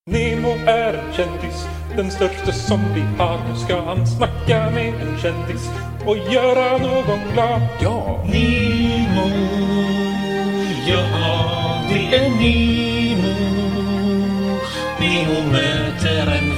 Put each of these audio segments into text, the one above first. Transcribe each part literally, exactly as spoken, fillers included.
Nemo är en kändis, den största som vi har. Nu ska han snacka med en kändis och göra någon glad. Ja, Nemo, ja det är Nemo. Nemo möter en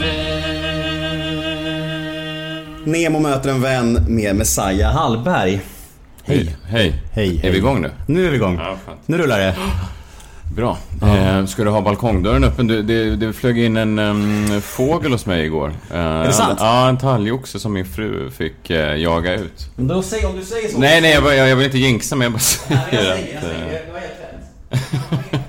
vän. Nemo möter en vän med Messiah Hallberg. Hej. Hej. Hej. Är vi igång nu? Nu är vi igång. Ja, nu rullar det. Bra. Ja. Eh, ska du ha balkongdörren öppen? Det, det, det flög in en um, fågel hos mig igår. Eh, är det sant? Ja, en talgoxe som min fru fick eh, jaga ut. Men då säg, om du säger så. Nej, nej, jag, jag, jag vill inte jinxa, men jag bara säger Nej, jag säger, att... jag säger, det var helt rätt.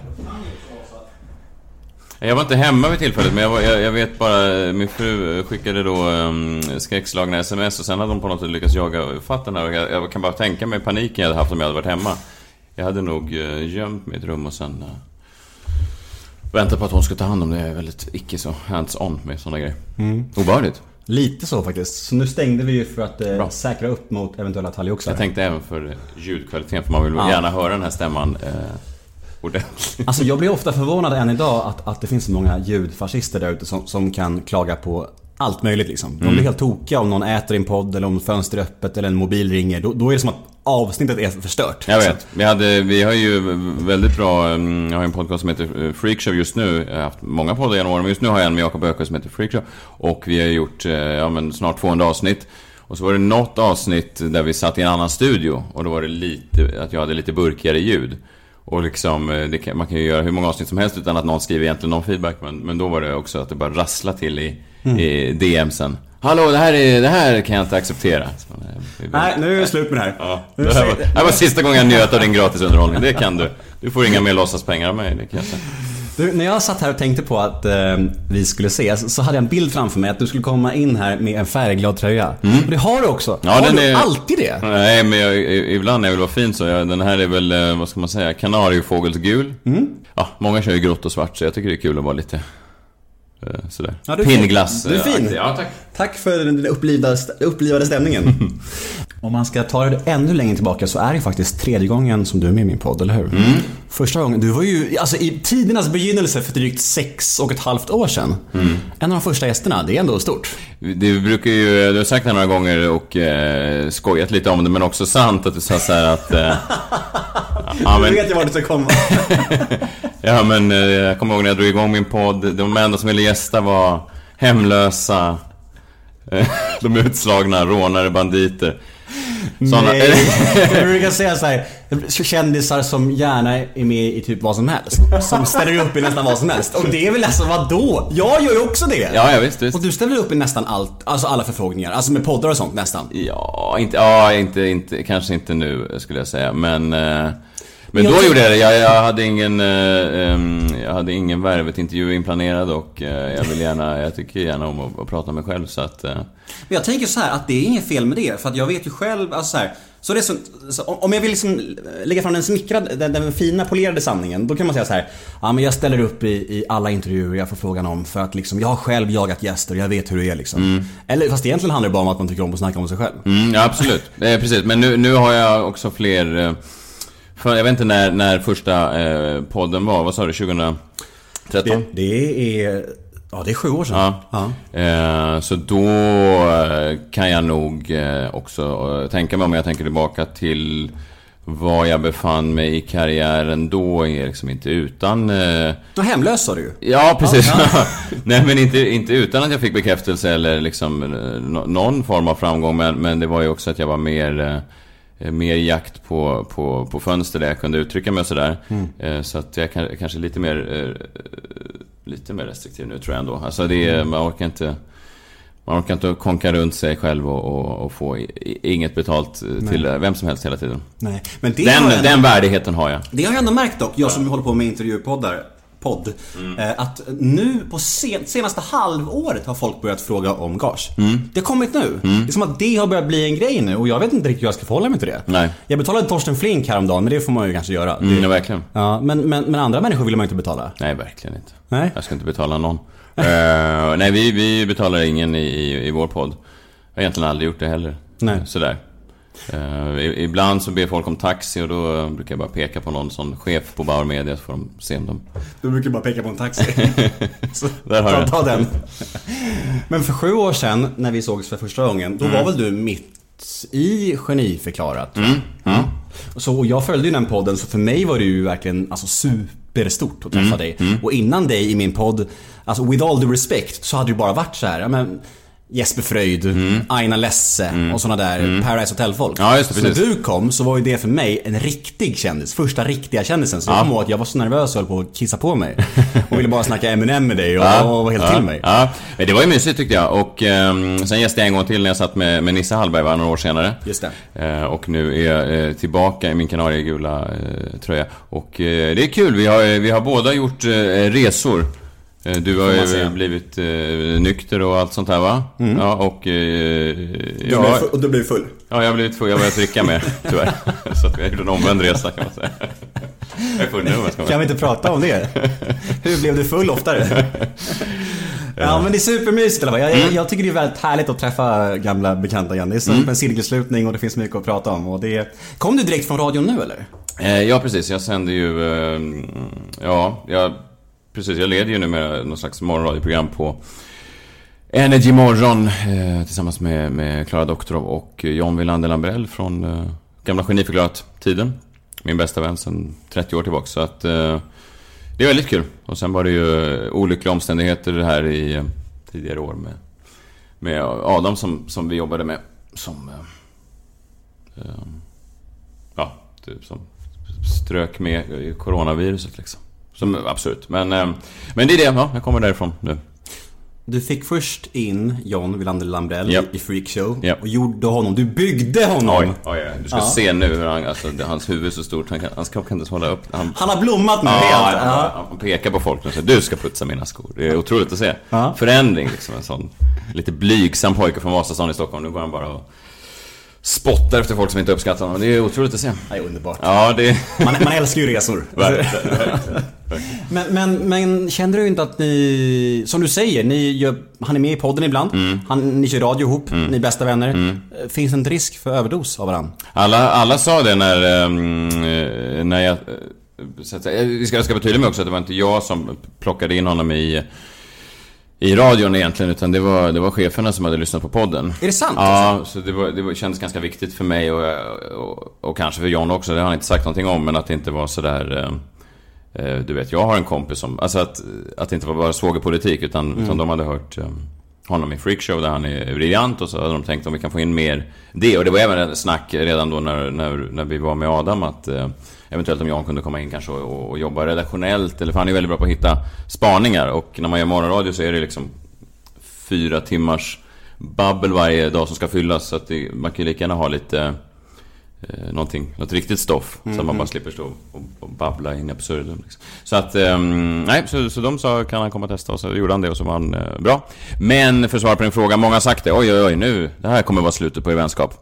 Jag var inte hemma vid tillfället, men jag, var, jag, jag vet bara, min fru skickade då um, skräckslagna sms och sen hade de på något sätt lyckats jaga fatten här. Jag, jag kan bara tänka mig paniken jag hade haft om jag hade varit hemma. Jag hade nog uh, gömt mitt rum och sen uh, väntat på att hon skulle ta hand om det. Jag är väldigt icke så hands-on med sådana grejer. Mm. Obehagligt. Lite så faktiskt. Så nu stängde vi ju för att eh, säkra upp mot eventuella talgoxar. Jag tänkte även för ljudkvaliteten, för man vill ja. gärna höra den här stämman eh, ordentligt. Alltså jag blir ofta förvånad än idag att, att det finns så många ljudfascister där ute som, som kan klaga på allt möjligt liksom. De blir mm. helt tokiga om någon äter i en podd eller om fönster är öppet eller en mobil ringer. Då, då är det som att avsnittet är förstört. Jag vet. Vi, hade, vi har ju väldigt bra, jag har en podcast som heter Freakshow just nu. Jag har haft många poddar genom åren, men just nu har jag en med Jakob Ökvist som heter Freakshow. Och vi har gjort ja, men snart tvåhundra avsnitt. Och så var det något avsnitt där vi satt i en annan studio. Och då var det lite, att jag hade lite burkigare ljud. Och liksom, det kan, man kan ju göra hur många avsnitt som helst utan att någon skriver egentligen någon feedback. Men, men då var det också att det bara rassla till i, mm. i D Msen. Hallå, det här, är, det här kan jag inte acceptera. Så, nej, nu är det slut med det här. Ja, det, här var, det här var sista gången jag njöt av din gratisunderhållning. Det kan du. Du får inga mer låtsaspengar av mig, det kan jag säga. Du, när jag satt här och tänkte på att eh, vi skulle ses, så hade jag en bild framför mig att du skulle komma in här med en färgglad tröja. Mm. Och det har du också. Ja, har den du är... alltid det? Nej, men jag, ibland när jag vill vara fin så jag, den här är väl, vad ska man säga, kanariefågelsgul. Mm. Ja, många kör ju grått och svart, så jag tycker det är kul att vara lite eh, sådär. Ja, du är Pinnglass. Du är fin. Ja, tack. Tack för den upplivade, upplivade stämningen. Om man ska ta det ännu längre tillbaka så är det faktiskt tredje gången som du är med i min podd, eller hur? Mm. Första gången, du var ju alltså, i tidernas begynnelse för drygt sex och ett halvt år sedan. Mm. En av de första gästerna, det är ändå stort. Du brukar ju, du har sagt det några gånger och eh, skojat lite om det, men också sant att du sa så här att... Eh, ja, men, du vet jag var du ska komma. Ja, men eh, jag kommer ihåg när jag drog igång min podd, de enda som ville gästa var hemlösa, de utslagna, rånare, banditer. Såna... Nej, jag brukar säga så här, kändisar som gärna är med i typ vad som helst, som ställer upp i nästan vad som helst. Och det är väl alltså, vad då? Jag gör ju också det. Ja, jag visst, visst. Och du ställer upp i nästan allt, alltså alla förfrågningar, alltså med poddar och sånt nästan. Ja, inte, ja, inte, inte kanske inte nu skulle jag säga, men... Eh... Men då gjorde jag det. Jag, jag hade ingen eh, um, jag hade ingen värvet intervju inplanerad och eh, jag vill gärna, jag tycker gärna om att, att prata med själv så att eh. Men jag tänker så här att det är inget fel med det, för att jag vet ju själv alltså så här, så det är så, så, om jag vill liksom lägga fram den smickrade, den, den fina polerade sanningen, då kan man säga så här: ja, men jag ställer upp i, i alla intervjuer jag får frågan om, för att liksom jag har själv jagat gäster och jag vet hur det är liksom. Mm. Eller fast egentligen handlar det bara om att man tycker om att snacka om sig själv. Mm, ja, absolut. Eh, precis, men nu, nu har jag också fler eh, för jag vet inte när, när första eh, podden var. Vad sa du, tjugohundratretton? Det, det är... Ja, det är sju år sedan. Ja. Ja. Eh, så då kan jag nog eh, också tänka mig, om jag tänker tillbaka till var jag befann mig i karriären då, är liksom inte utan... Eh... Och hemlös sa du ju. Ja, precis. Ja, ja. Nej, men inte, inte utan att jag fick bekräftelse eller liksom no, någon form av framgång. Men, men det var ju också att jag var mer... Eh, mer jakt på, på, på fönster där jag kunde uttrycka mig sådär. Mm. Så att jag kan, kanske lite mer lite mer restriktiv nu tror jag ändå. Alltså det är, man orkar inte man orkar inte konka runt sig själv och, och, och få inget betalt till Nej. vem som helst hela tiden. Nej. Men det den, ändå, den värdigheten har jag. Det har jag ändå märkt dock, jag som ja. håller på med intervjupoddar podd, mm. att nu på sen, senaste halvåret har folk börjat fråga om gage. Mm. Det har kommit nu. Mm. Det är som att det har börjat bli en grej nu, och jag vet inte riktigt hur jag ska förhålla mig till det. Nej. Jag betalade Torsten Flink häromdagen, men det får man ju kanske göra. Mm, det, ja, verkligen. Ja, men, men, men andra människor vill man inte betala. Nej, verkligen inte. Nej. Jag ska inte betala någon. uh, nej, vi, vi betalar ingen i, i, i vår podd. Jag har egentligen aldrig gjort det heller. Nej. Sådär. Uh, ibland så ber folk om taxi och då brukar jag bara peka på någon sån chef på Bauer Media så får de se om de... Du brukar bara peka på en taxi. Så, där har ta, ta den. Men för sju år sedan när vi sågs för första gången, då mm. var väl du mitt i Geniförklarat? Mm. Mm. Ja. Så jag följde ju den podden, så för mig var det ju verkligen alltså, superstort att träffa mm. dig. Mm. Och innan dig i min podd, alltså with all the respect, så hade det bara varit så här, ja, men Jesper Fröjd, mm. Aina Lesse mm. och såna där mm. Paradise Hotel-folk. Ja, just det, så när du kom så var ju det för mig en riktig kändis. Första riktiga kändisen. Så ja. jag kom ihåg att jag var så nervös och höll på att kissa på mig. Och ville bara snacka M and M med dig och, ja. och var helt ja. till mig. Ja, det var ju mysigt tyckte jag. Och um, sen gästade jag en gång till när jag satt med, med Nisse Hallberg var några år senare. Just det. Uh, och nu är jag uh, tillbaka i min kanariegula uh, tröja. Och uh, det är kul. Vi har, vi har båda gjort uh, resor. Du har ju blivit eh, nykter och allt sånt här, va? Mm. Ja, och... Eh, du ja, blev och du blev full? Ja, jag har blivit full. Jag började dricka mer, tyvärr. Så att jag gjorde en omvänd resa, kan man säga. Jag är full nu, ska man. Kan vi inte prata om det? Hur blev du full oftare? Ja, men det är supermysigt eller vad? Jag, mm. jag tycker det är väldigt härligt att träffa gamla bekanta igen. Det är som mm. en cirkelslutning och det finns mycket att prata om. Och det... Kom du direkt från radion nu, eller? Eh, ja, precis. Jag sänder ju... Eh, ja, jag... Precis, jag leder ju nu med någon slags morgonradioprogram på Energy Morgon eh, tillsammans med, med Clara Doktorov och John Wilander Lambrell från eh, gamla Geniförklarat-tiden. Min bästa vän sedan trettio år tillbaka. Så att eh, det är väldigt kul. Och sen var det ju olyckliga omständigheter här i eh, tidigare år med, med Adam som, som vi jobbade med som eh, eh, ja, typ som strök med coronaviruset liksom. Som absolut. Men, men det är det, ja, jag kommer därifrån nu. Du fick först in John Wilander Lambrell yep. i Freakshow yep. och gjorde honom, du byggde honom. Oj, oj, oj. Du ska ja. se nu hur han, alltså, hans huvud är så stort, han kan, hans kropp kan inte hålla upp. Han, han har blommat nu ja, helt. Han, ja. han pekar på folk och säger, du ska putsa mina skor. Det är otroligt att se. Ja. Förändring, liksom en sån lite blygsam pojke från Vasastan i Stockholm. Nu går han bara och spottar efter folk som inte uppskattar honom. Det är otroligt att se. Det är underbart. Ja, det... man, man älskar ju resor. men, men, men kände du inte att ni, som du säger, ni gör, han är med i podden ibland, mm. han, ni kör radio ihop, mm. ni är bästa vänner. Mm. Finns en risk för överdos av varandra? Alla, alla sa det när, um, när jag... Så att, jag ska, jag ska betyda mig också att det var inte jag som plockade in honom i... I radion egentligen, utan det var, det var cheferna som hade lyssnat på podden. Är det sant? Ja, alltså? så det, var, det var, kändes ganska viktigt för mig och, och, och kanske för John också. Det har han inte sagt någonting om, men att det inte var så där... Eh, du vet, jag har en kompis som... Alltså att, att det inte var bara svågerpolitik, utan, mm. utan de hade hört eh, honom i Freakshow där han är briljant. Och så hade de tänkt om vi kan få in mer det. Och det var även ett snack redan då när, när, när vi var med Adam att... Eh, eventuellt om Jan kunde komma in kanske och, och jobba redaktionellt. Eller för han är väldigt bra på att hitta spaningar. Och när man gör morgonradio så är det liksom fyra timmars babbel varje dag som ska fyllas. Så att det, man kan ju lika gärna ha lite eh, någonting, något riktigt stoff. Mm-hmm. Så att man bara slipper stå och, och babbla in i absurdum liksom. Så att, eh, nej, så, så de sa kan han komma och testa. Och så gjorde han det och så var han eh, bra. Men för att svara på din fråga, många har sagt det. Oj, oj, oj, nu, det här kommer vara slutet på vänskap.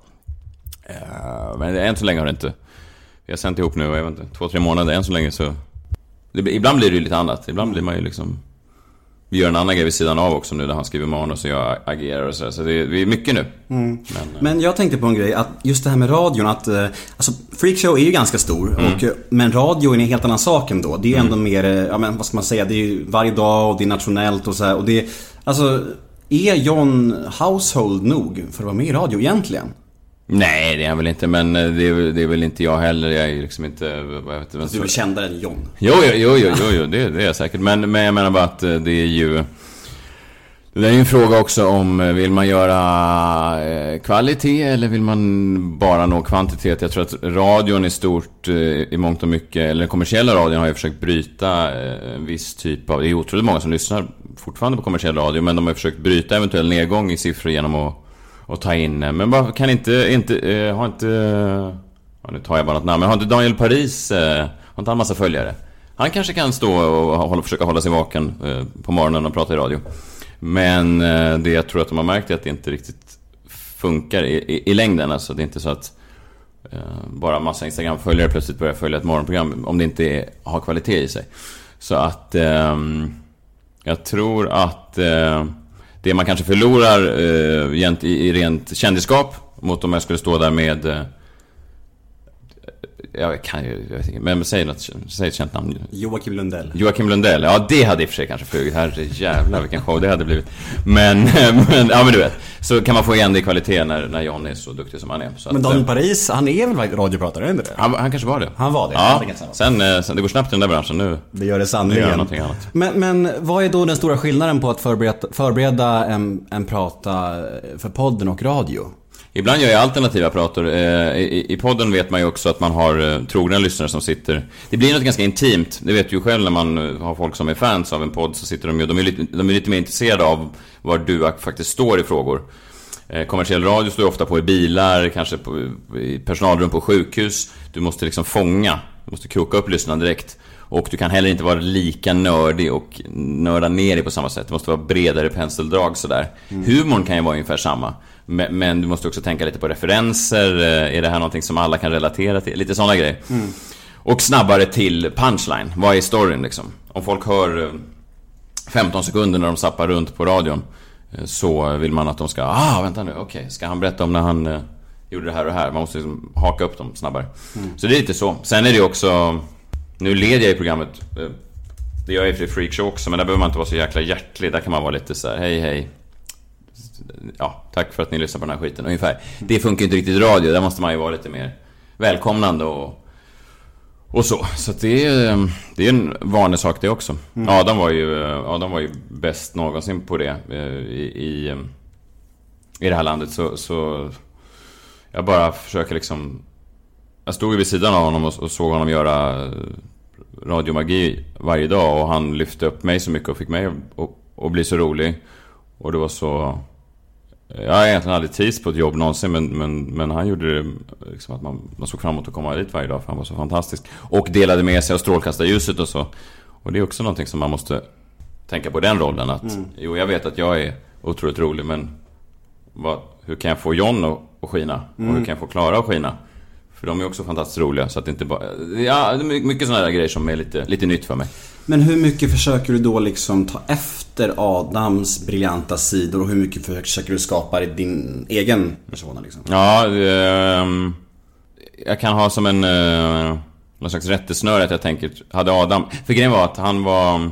Eh, men än så länge har det inte. Vi har sänt ihop nu, jag vet inte, två, tre månader än så länge så... Det, ibland blir det ju lite annat. Ibland blir man ju liksom... Vi gör en annan grej vid sidan av också nu där han skriver manus och jag agerar och så. Så det är, det är mycket nu. Mm. Men, men jag tänkte på en grej, att just det här med radion, att... Alltså, Freakshow är ju ganska stor, mm. och, men radio är en helt annan sak ändå. Det är ju mm. ändå mer, ja men vad ska man säga, det är ju varje dag och det är nationellt och så här. Och det är, alltså, är John household nog för att vara med i radio egentligen? Nej, det är han väl inte, men det är, det är väl inte jag heller. Jag är liksom inte... Jag vet, men du är väl kändare än John? Jo, jo, jo, jo, jo, jo det, det är jag säkert. Men, men jag menar bara att det är ju... Det är ju en fråga också om vill man göra kvalitet eller vill man bara nå kvantitet. Jag tror att radion är stort i mångt och mycket, eller den kommersiella radion har ju försökt bryta en viss typ av... Det är otroligt många som lyssnar fortfarande på kommersiell radio, men de har försökt bryta eventuell nedgång i siffror genom att och ta in, men bara kan inte, inte eh, har inte, ja, nu tar jag bara något namn, men har inte Daniel Paris, eh, har inte han massa följare? Han kanske kan stå och hålla, försöka hålla sig vaken eh, på morgonen och prata i radio. Men eh, det jag tror att de har märkt är att det inte riktigt funkar i, i, i längden. Alltså det är inte så att eh, bara massa Instagram-följare plötsligt börjar följa ett morgonprogram om det inte är, har kvalitet i sig. Så att eh, jag tror att eh, det man kanske förlorar eh, i, i rent kändisskap mot om jag skulle stå där med eh, jag kan ju, jag vet inte, men säg något, säg ett känt namn. Joakim Lundell. Joakim Lundell, ja det hade i och för sig kanske flugit. Herre jävlar vilken show det hade blivit. Men, men, ja men du vet, så kan man få igen det i kvalitet när, när John är så duktig som han är. Så men att, Daniel Paris, han är väl radiopratare, inte det? Han, han kanske var det. Han var det. Ja, sen, sen, det går snabbt i den där branschen nu. Det gör det sannolikt. Men, men vad är då den stora skillnaden på att förbereda, förbereda en, en prata för podden och radio? Ibland gör jag alternativa prator. I, I podden vet man ju också att man har trogna lyssnare som sitter. Det blir något ganska intimt. Det vet ju själv när man har folk som är fans av en podd, så sitter de ju, de är lite, de är lite mer intresserade av var du faktiskt står i frågor. Kommersiell radio står ju ofta på i bilar, kanske på, i personalrum på sjukhus. Du måste liksom fånga, du måste kroka upp lyssnarna direkt. Och du kan heller inte vara lika nördig och nörda ner dig på samma sätt. Det måste vara bredare penseldrag sådär. Mm. Humorn kan ju vara ungefär samma. Men, men du måste också tänka lite på referenser. Är det här någonting som alla kan relatera till? Lite sådana grejer. Mm. Och snabbare till punchline. Vad är storyn liksom? Om folk hör femton sekunder när de zappar runt på radion, så vill man att de ska, ah vänta nu, okej, okay. Ska han berätta om när han eh, gjorde det här och här? Man måste liksom haka upp dem snabbare. Mm. Så det är lite så. Sen är det också, nu leder jag i programmet, det gör jag i Freak Show också, men där behöver man inte vara så jäkla hjärtlig. Där kan man vara lite så här, hej hej, ja, tack för att ni lyssnar på den här skiten ungefär. Det funkar inte riktigt i radio. Där måste man ju vara lite mer välkomnande och och så. Så att det är, det är en vanlig sak det också. Mm. Adam var ju Adam var ju bäst någonsin på det i, i, i det här landet. Så, så jag bara försöker liksom, jag stod ju vid sidan av honom och, och såg honom göra radiomagi varje dag, och han lyfte upp mig så mycket och fick mig att, att bli så rolig. Och det var så, jag har egentligen aldrig trivts på ett jobb någonsin, men, men, men han gjorde det liksom att man, man såg fram emot att komma dit varje dag, för han var så fantastisk. Och delade med sig av strålkastarljuset och så. Och det är också någonting som man måste tänka på, den rollen att, mm. jo jag vet att jag är otroligt rolig, men vad, hur kan jag få John att, att skina? Mm. Och hur kan jag få Klara att skina? För de är också fantastiskt roliga, så att det inte bara, ja, det är mycket sådana där grejer som är lite, lite nytt för mig. Men hur mycket försöker du då liksom ta efter Adams briljanta sidor, och hur mycket försöker du skapa i din egen persona liksom? Ja, eh, jag kan ha som en eh, någon slags rättesnöre att jag tänker, hade Adam, för grejen var att han var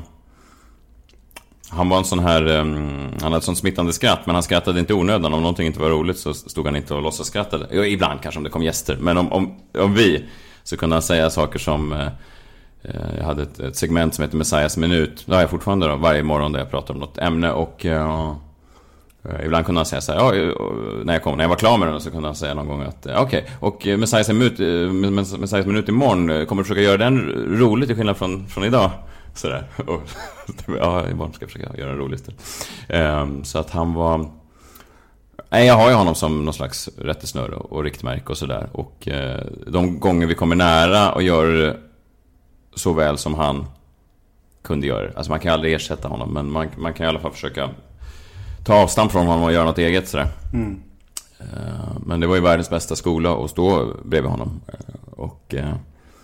han var en sån här, um, han hade ett sånt smittande skratt, men han skrattade inte onödan. Om någonting inte var roligt så stod han inte och låtsas skrattade. Ja, ibland kanske om det kom gäster, men om, om, om vi, så kunde han säga saker som uh, jag hade ett, ett segment som heter Messiahs minut. Det har jag fortfarande då, varje morgon där jag pratar om något ämne. Och uh, uh, ibland kunde han säga så här, ja, uh, när, jag kom, när jag var klar med den, så kunde han säga någon gång att uh, okej, okay, och Messiahs minut, uh, Messiahs minut imorgon, uh, kommer du försöka göra den roligt till skillnad från, från idag? Sådär. Och, ja, imorgon ska jag försöka göra en rolig istället. Um, så att han var, nej, jag har ju honom som någon slags rättesnöre och, och riktmärke och sådär. Och uh, de gånger vi kommer nära och gör så väl som han kunde göra, alltså man kan aldrig ersätta honom, men man, man kan i alla fall försöka ta avstånd från honom och göra något eget sådär. Mm. Uh, men det var ju världens bästa skola att stå bredvid honom. Uh, och uh,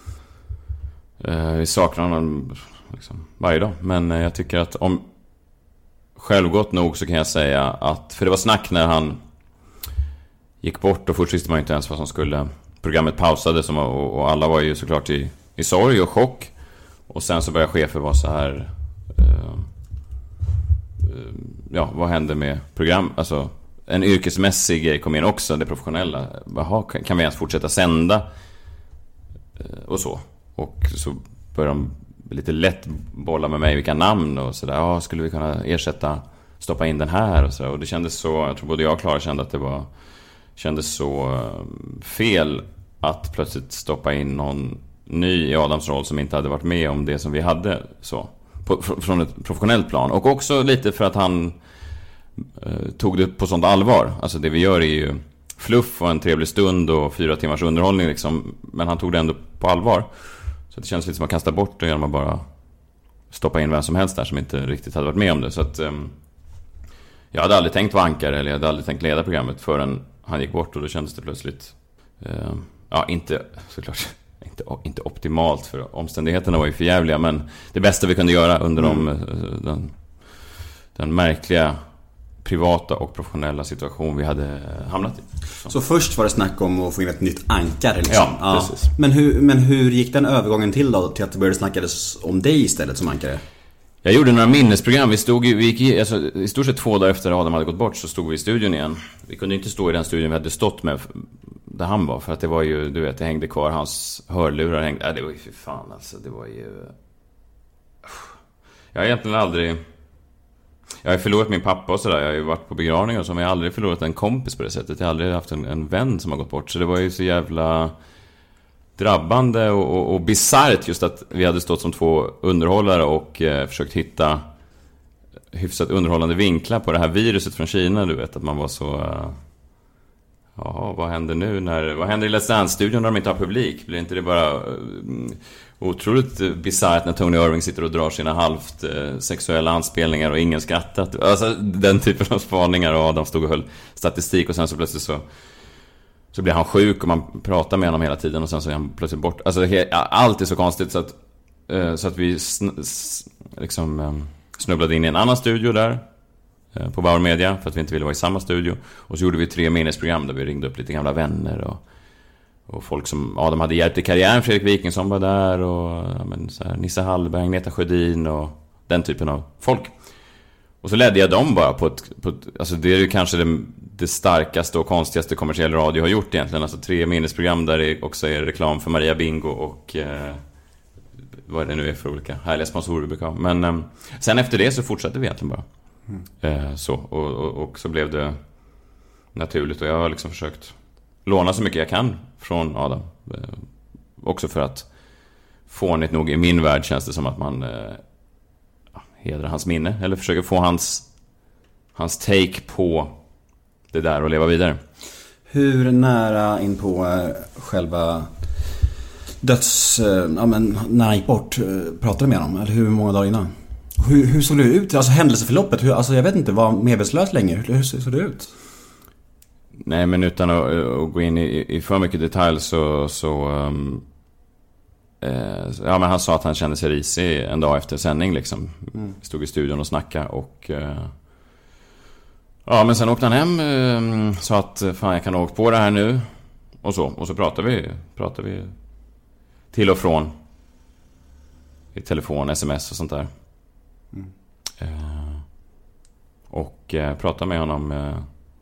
uh, vi saknar honom liksom varje dag. Men jag tycker att om självgott nog så kan jag säga att, för det var snack när han gick bort, och först visste man inte ens vad som skulle, programmet pausade som, och, och alla var ju såklart i, i sorg och chock. Och sen så började chefer vara så här uh, uh, ja, vad hände med program, alltså en yrkesmässig grej kom in också, det professionella. Jaha, kan vi ens fortsätta sända? Uh, och så. Och så började de lite lätt bolla med mig vilka namn och sådär. Ja, skulle vi kunna ersätta, stoppa in den här och sådär. Och det kändes så, jag tror både jag och Klara kände att det var, kändes så fel att plötsligt stoppa in någon ny i Adams roll som inte hade varit med om det som vi hade så, på, från ett professionellt plan. Och också lite för att han eh, tog det på sånt allvar. Alltså det vi gör är ju fluff och en trevlig stund och fyra timmars underhållning liksom, men han tog det ändå på allvar. Så det känns lite som att kasta bort det genom att bara stoppa in vem som helst där som inte riktigt hade varit med om det. Så att um, jag hade aldrig tänkt vara ankare, eller jag hade aldrig tänkt leda programmet förrän han gick bort. Och då kändes det plötsligt uh, ja, inte såklart inte, inte optimalt, för omständigheterna var ju förjävliga, men det bästa vi kunde göra under mm. de, den, den märkliga privata och professionella situation vi hade hamnat i. Så, så först var det snack om att få in ett nytt ankare liksom. Ja, ja. Precis. Men hur, men hur gick den övergången till då? Till att det började snackades om dig istället som ankare? Jag gjorde några minnesprogram. Vi stod vi gick i, alltså, i stort sett två dagar efter Adam hade gått bort så stod vi i studion igen. Vi kunde inte stå i den studion vi hade stått med där han var. För att det var ju, du vet, det hängde kvar hans hörlurar hängde, äh, det var ju för fan alltså. Det var ju... Jag har egentligen aldrig... Jag har förlorat min pappa och sådär. Jag har ju varit på begravningar och så, men jag har aldrig förlorat en kompis på det sättet. Jag har aldrig haft en, en vän som har gått bort. Så det var ju så jävla drabbande och, och, och bisarrt just att vi hade stått som två underhållare och eh, försökt hitta hyfsat underhållande vinklar på det här viruset från Kina. Du vet, att man var så... Uh, ja, vad händer nu? När, vad händer i Let's Dance-studion när de inte har publik? Blir inte det bara... Uh, otroligt bisarrt när Tony Irving sitter och drar sina halvt eh, sexuella anspelningar och ingen skrattat. Alltså den typen av spaningar, och Adam stod och höll statistik och sen så plötsligt så så blir han sjuk och man pratar med honom hela tiden och sen så är han plötsligt bort. Alltså he, allt är så konstigt så att eh, så att vi sn, s, liksom eh, snubblade in i en annan studio där eh, på Bauer Media för att vi inte ville vara i samma studio, och så gjorde vi tre minnesprogram där vi ringde upp lite gamla vänner och Och folk som Adam hade hjälpt i karriären. Fredrik Wikingsson var där. Och ja, men, så här, Nisse Hallberg, Agneta Sjödin och den typen av folk. Och så ledde jag dem bara på ett... På ett alltså det är ju kanske det, det starkaste och konstigaste kommersiell radio har gjort egentligen. Alltså tre minnesprogram där det också är reklam för Maria Bingo och... Eh, vad det nu är för olika härliga sponsorer vi brukar ha. Men eh, sen efter det så fortsatte vi egentligen bara. Mm. Eh, så, och, och, och så blev det naturligt. Och jag har liksom försökt... låna så mycket jag kan från Adam. Eh, också för att fånigt nog i min värld känns det som att man eh, hedrar hans minne. Eller försöker få hans, hans take på det där och leva vidare. Hur nära in på eh, själva döds... Eh, ja, men när han gick bort eh, pratade du med honom? Eller hur många dagar innan? Hur, hur såg det ut? Alltså händelseförloppet? Hur, alltså jag vet inte, var medvetslös länge? Hur, hur såg det ut? Nej, men utan att, att gå in i, i för mycket detalj så, så um, eh, ja, men han sa att han kände sig risig en dag efter sändning liksom. Mm. Stod i studion och snackade och eh, ja, men sen åkte han hem eh, sa att fan, jag kan åka på det här nu och så, och så pratade vi pratade vi till och från i telefon, sms och sånt där. Mm. eh, och eh, pratade med honom eh,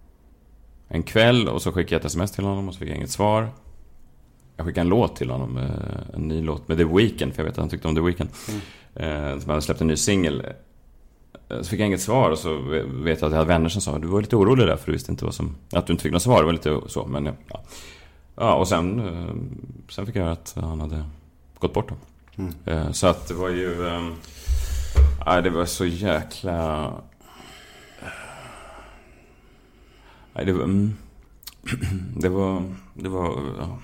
en kväll, och så skickade jag ett sms till honom och så fick jag inget svar. Jag skickade en låt till honom, en ny låt med The Weeknd, för jag vet att han tyckte om The Weeknd. Mm. Som hade släppt en ny singel. Så fick jag inget svar, och så vet jag att jag hade vänner som sa du var lite orolig där för du visste inte vad som, att du inte fick något svar, det var lite så, men ja. Ja, och sen sen fick jag höra att han hade gått bort då. Mm. Så att det var ju ja, det var så jäkla... Nej, det var... Mm, det var... Det var... Ja.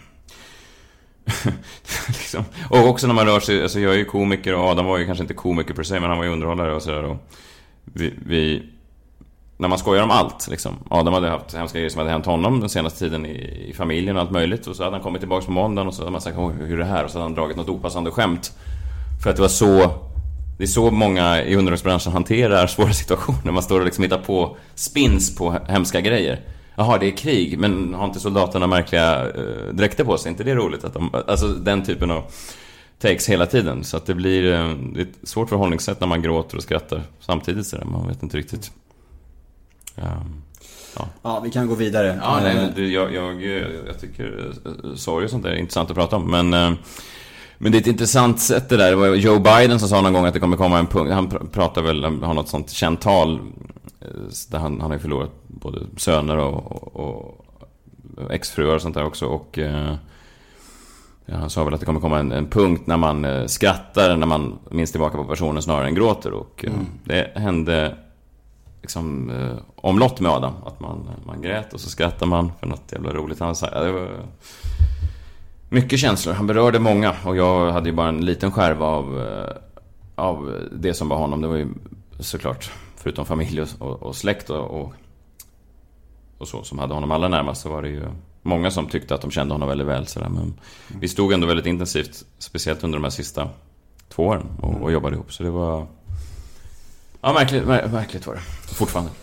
liksom. Och också när man rör sig... Alltså jag är ju komiker, och Adam var ju kanske inte komiker per se, men han var ju underhållare och sådär. Och vi, vi... När man skojar om allt, liksom. Adam hade haft hemska grejer som hade hänt honom den senaste tiden i, i familjen och allt möjligt. Och så hade han kommit tillbaka på måndagen och så hade man sagt, hur är det här? Och så hade han dragit något opassande skämt. För att det var så... Det är så många i underhållningsbranschen hanterar svåra situationer. Man står och liksom hittar på spins på hemska grejer. Jaha, det är krig, men har inte soldaterna märkliga eh, dräkter på sig? Inte det är roligt att de, alltså den typen av takes hela tiden. Så att det blir eh, det är ett svårt förhållningssätt när man gråter och skrattar samtidigt så där. Man vet inte riktigt. Um, ja. ja, vi kan gå vidare. Ja, nej, det, jag, jag, jag tycker sorg och sånt där är intressant att prata om, men eh, men det är ett intressant sätt det där. Det var Joe Biden som sa någon gång att det kommer komma en punkt. Han pr- pratar väl, har något sånt känt tal där han, han har förlorat både söner och, och, och exfruar och sånt där också. Och eh, ja, han sa väl att det kommer komma en, en punkt när man eh, skrattar, när man minns tillbaka på personen snarare än gråter. Och eh, mm. det hände liksom eh, omlott med Adam. Att man, man grät och så skrattar man för något jävla roligt. Han sa, ja, det var... Mycket känslor, han berörde många. Och jag hade ju bara en liten skärva av, av det som var honom. Det var ju såklart, förutom familj och, och, och släkt och, och, och så, som hade honom allra närmast, så var det ju många som tyckte att de kände honom väldigt väl sådär. Men mm. vi stod ändå väldigt intensivt, speciellt under de här sista två åren, och, och jobbade ihop. Så det var... Ja, märkligt, märkligt var det, fortfarande.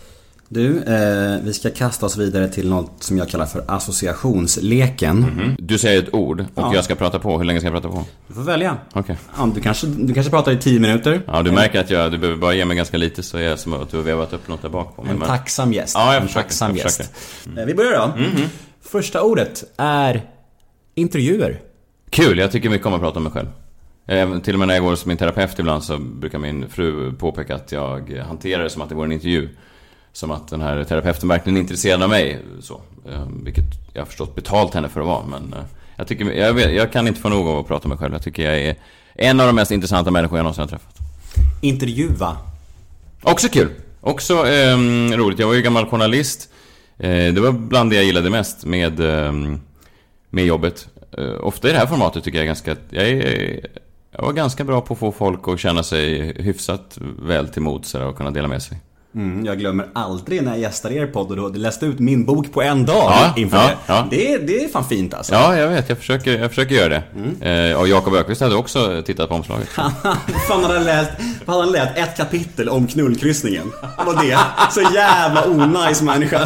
Du, eh, vi ska kasta oss vidare till något som jag kallar för associationsleken. Mm-hmm. Du säger ett ord och ja. jag ska prata på. Hur länge ska jag prata på? Du får välja. Okay. Ja, du, kanske, du kanske pratar i tio minuter. Ja, du märker att jag, du behöver bara ge mig ganska lite, så är jag som att du har vevat upp något där bak på mig. En men... tacksam gäst. Ja, jag en försöker, tacksam jag gäst. Mm. Vi börjar då. Mm-hmm. Första ordet är intervjuer. Kul, jag tycker mycket om att prata om mig själv. Även, till och med när jag går som min terapeut ibland så brukar min fru påpeka att jag hanterar det som att det vore en intervju. Som att den här terapeuten verkligen är intresserad av mig så, vilket jag har förstått betalt henne för att vara. Men jag, tycker, jag, vet, jag kan inte få nog av att prata om mig själv. Jag tycker jag är en av de mest intressanta människor jag någonsin har träffat. Intervjua. Också kul. Också eh, roligt. Jag var ju gammal journalist. eh, Det var bland det jag gillade mest med, eh, med jobbet. eh, Ofta i det här formatet tycker jag är ganska jag, är, jag var ganska bra på att få folk att känna sig hyfsat väl till mods och kunna dela med sig. Mm, jag glömmer aldrig när jag gästade er podd och då läste ut min bok på en dag ja, inför ja, det. Ja. Det, det är fan fint alltså. Ja, jag vet. Jag försöker, jag försöker göra det. Mm. Eh, och Jakob Öqvist hade också tittat på omslaget. Fan, han hade läst, han hade läst ett kapitel om knullkryssningen. Vad det? Så jävla onajs människa.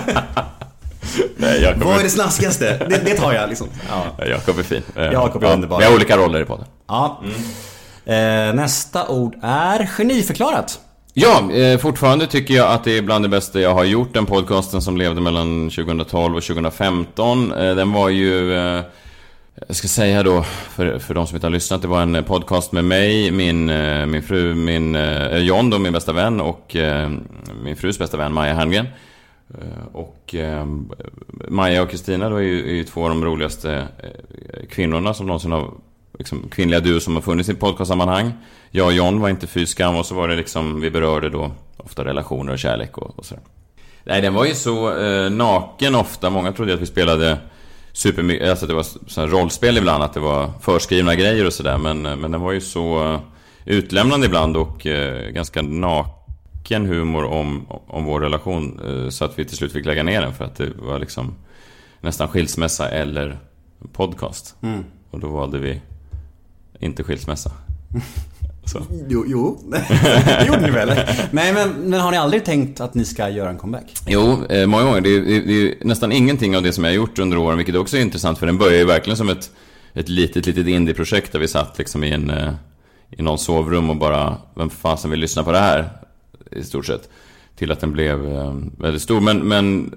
Nej, Jakob Vad är det snaskigaste? Det, det tar jag liksom. Ja. Jakob är fin. Eh, Jakob är ja, underbar. vi har olika roller i podden. Ja. Mm. Eh, nästa ord är geniförklarat. Ja, eh, fortfarande tycker jag att det är bland det bästa jag har gjort. Den podcasten som levde mellan tjugohundratolv och tjugohundrafemton. eh, Den var ju eh, jag ska säga då för, för de som inte har lyssnat, det var en podcast med mig, min, eh, min fru, min eh, John då, min bästa vän, och eh, min frus bästa vän Maja Herngren. eh, Och eh, Maja och Kristina då är ju, är ju två av de roligaste eh, kvinnorna som någonsin har, liksom, kvinnliga duo som har funnits i podcastsammanhang. Jag och John var inte fyskam, och så var det liksom, vi berörde då ofta relationer och kärlek och, och så. Nej, den var ju så eh, naken ofta. Många trodde att vi spelade supermycket, alltså det var så här rollspel ibland, att det var förskrivna grejer och sådär. Men, men den var ju så uh, utlämnande ibland och uh, ganska naken humor om, om vår relation. Uh, så att vi till slut fick lägga ner den för att det var liksom nästan skilsmässa eller podcast. Mm. Och då valde vi inte skilsmässa. Så. Jo, jo. Det gjorde ni väl? Nej, men, men har ni aldrig tänkt att ni ska göra en comeback? Jo, eh, många gånger. Det är, det, är, det är nästan ingenting av det som jag har gjort under åren, vilket också är intressant, för den börjar ju verkligen som ett, ett litet, litet indie-projekt där vi satt liksom i, en, eh, i någon sovrum och bara, vem fasen vill lyssna på det här? I stort sett. Till att den blev eh, väldigt stor. Men, men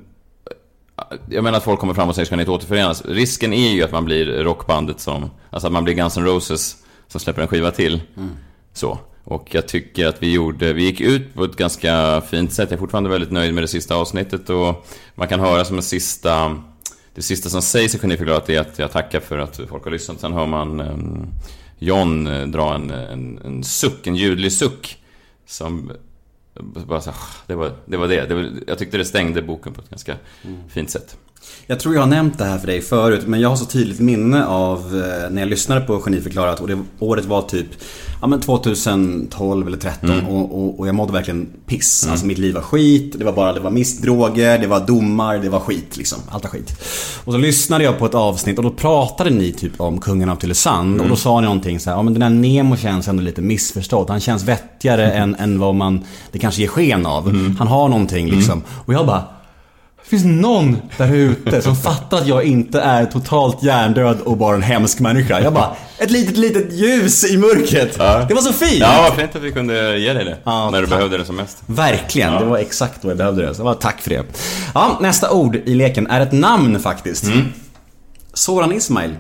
jag menar att folk kommer fram och säger, ska ni inte återförenas? Risken är ju att man blir rockbandet som, alltså att man blir Guns N' Roses som släpper en skiva till. Mm. Så. Och jag tycker att vi gjorde, vi gick ut på ett ganska fint sätt. Jag är fortfarande väldigt nöjd med det sista avsnittet, och man kan höra som en sista, det sista som sägs i geniförklarat är att jag tackar för att folk har lyssnat. Sen hör man um, John uh, dra en, en, en suck, en ljudlig suck som bara så, det var det var det. det var, jag tyckte det stängde boken på ett ganska mm. fint sätt. Jag tror jag har nämnt det här för dig förut, men jag har så tydligt minne av eh, när jag lyssnade på Geniförklarat, och det året var typ ja, men tjugotolv eller tretton mm. och, och, och jag mådde verkligen piss. Mm. Alltså mitt liv var skit, det var bara det var missdroger, det var domar, det var skit liksom, allt var skit. Och så lyssnade jag på ett avsnitt och då pratade ni typ om kungen av Tylösand mm. och då sa ni någonting så här, ja men den här Nemo känns ändå lite missförstådd. Han känns vettigare mm. än, än vad man det kanske ger sken av. Mm. Han har någonting liksom. Mm. Och jag bara, finns någon där ute som fattar att jag inte är totalt hjärndöd och bara en hemsk människa? Jag bara, ett litet, litet ljus i mörkret. Ja. Det var så fint. Ja, vad fint att vi kunde ge dig det. Ja, när du tack. behövde det som mest. Verkligen, ja. Det var exakt då jag behövde det. Så var tack för det. Ja, nästa ord i leken är ett namn faktiskt. Mm. Soran Ismail.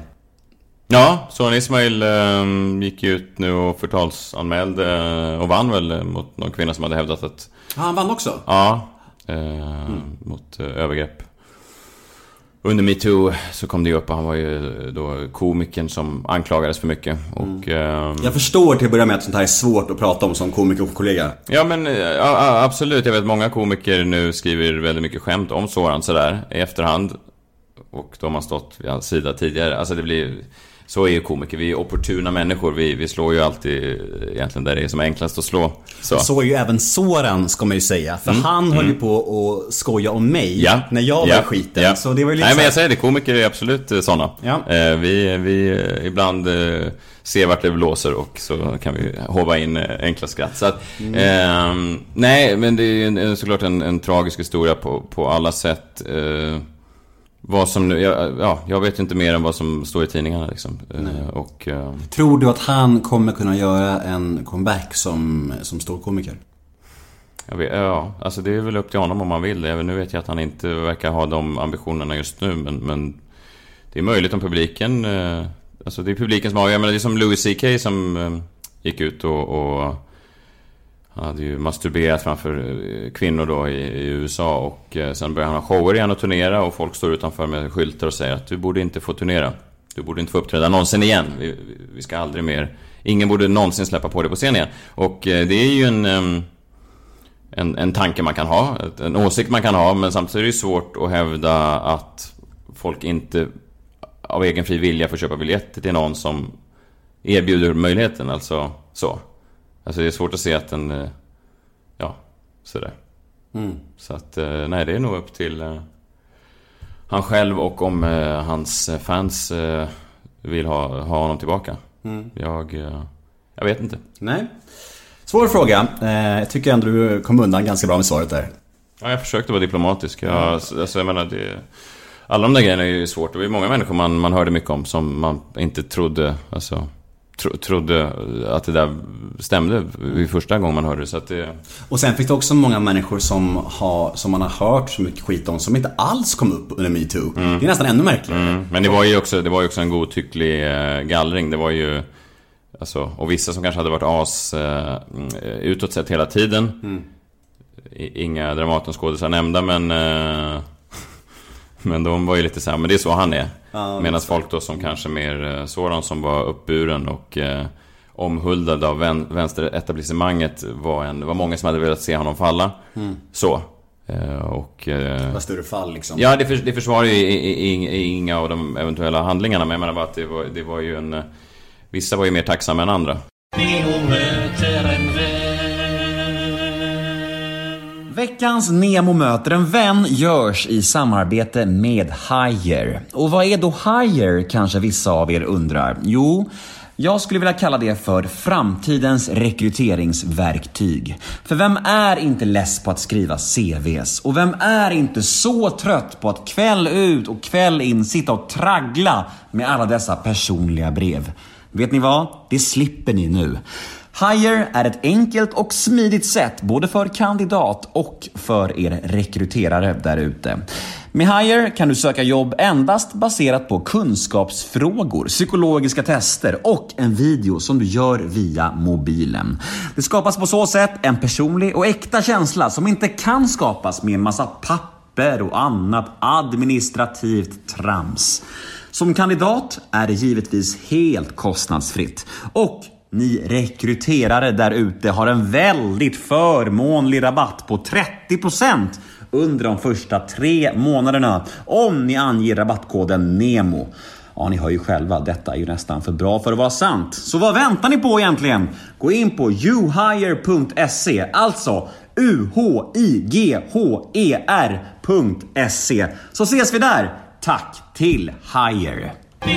Ja, Soran Ismail eh, gick ut nu och förtalsanmälde eh, och vann väl mot någon kvinna som hade hävdat att... Ja, han vann också? Ja. Eh, mm. mot eh, övergrepp. Under MeToo så kom det upp, och han var ju då komikern som anklagades för mycket. Och, mm. eh, jag förstår till att börja med att sånt här är svårt att prata om som komiker och kollega. Ja, men ja, absolut. Jag vet många komiker nu skriver väldigt mycket skämt om Soran sådär i efterhand. Och de har stått vid hans sida tidigare. Alltså det blir... så är ju komiker, vi är opportuna människor. Vi, vi slår ju alltid egentligen där det är som enklast att slå. Så, så är ju även Soran, ska man ju säga. För mm. han höll ju mm. på att skoja om mig ja. när jag var ja. skiten ja. så det var ju lite Nej så... men jag säger det, komiker är absolut sådana. ja. eh, Vi, vi ibland eh, ser vart det blåser och så kan vi hova in eh, enkla skratt. Så att, mm. eh, nej men det är en, såklart en, en tragisk historia på, på alla sätt. eh, Vad som nu, ja, jag vet inte mer än vad som står i tidningarna liksom. uh, och, uh... Tror du att han kommer kunna göra en comeback som, som stor komiker? Jag vet, ja, alltså det är väl upp till honom om han vill det. Nu vet jag att han inte verkar ha de ambitionerna just nu, men, men det är möjligt om publiken, uh, alltså det är publiken som har, jag menar det är som Louis C K som uh, gick ut och, och han hade ju masturberat framför kvinnor då i, i U S A och eh, sen började han ha shower igen och turnera och folk står utanför med skyltar och säger att du borde inte få turnera. Du borde inte få uppträda någonsin igen. Vi, vi ska aldrig mer. Ingen borde någonsin släppa på det på scen igen. Och eh, det är ju en, um, en, en tanke man kan ha, en åsikt man kan ha, men samtidigt är det ju svårt att hävda att folk inte av egen fri vilja får köpa biljetter till någon som erbjuder möjligheten, alltså så. Alltså det är svårt att se att den, ja, sådär. Mm. Så att, nej, det är nog upp till uh, han själv och om uh, hans fans uh, vill ha, ha honom tillbaka. Mm. Jag, uh, jag vet inte. Nej. Svår fråga. Eh, jag tycker ändå du kom undan ganska bra med svaret där. Ja, jag försökte vara diplomatisk. Jag, mm. alltså, jag menar, det, alla de där grejerna är ju svårt. Det var många människor man, man hörde mycket om som man inte trodde, alltså... Tro, trodde att det där stämde vid första gången man hörde det, så att det... Och sen finns det också många människor som, har, som man har hört så mycket skit om som inte alls kom upp under MeToo. Mm. Det är nästan ännu märkligare. Mm. Men det var ju också, det var ju också en godtycklig eh, gallring. Det var ju alltså, och vissa som kanske hade varit as eh, utåt sett hela tiden. Mm. Inga Dramatenskådisar nämnda, men eh, men de var ju lite så här, men det är så han är. Ja, medan folk då som kanske mer sådan som var uppburen och eh, omhuldad av vän, vänsteretablissemanget var en, var många som hade velat se honom falla. Mm. Så. Eh, och, eh, vad större fall liksom. Ja, det, för, det försvarar ju i, i, i, inga av de eventuella handlingarna, men jag menar bara att det var, det var ju en... Vissa var ju mer tacksamma än andra. Veckans Nemo möter en vän görs i samarbete med Hire. Och vad är då Hire, kanske vissa av er undrar? Jo, jag skulle vilja kalla det för framtidens rekryteringsverktyg. För vem är inte less på att skriva C Vs? Och vem är inte så trött på att kväll ut och kväll in sitta och traggla med alla dessa personliga brev? Vet ni vad? Det slipper ni nu. Hire är ett enkelt och smidigt sätt både för kandidat och för er rekryterare där ute. Med Hire kan du söka jobb endast baserat på kunskapsfrågor, psykologiska tester och en video som du gör via mobilen. Det skapas på så sätt en personlig och äkta känsla som inte kan skapas med en massa papper och annat administrativt trams. Som kandidat är det givetvis helt kostnadsfritt och ni rekryterare där ute har en väldigt förmånlig rabatt på trettio procent under de första tre månaderna om ni anger rabattkoden NEMO. Ja, ni hör ju själva, detta är ju nästan för bra för att vara sant. Så vad väntar ni på egentligen? Gå in på u hire punkt se, alltså U H I G H E R punkt se. Så ses vi där. Tack till Hire.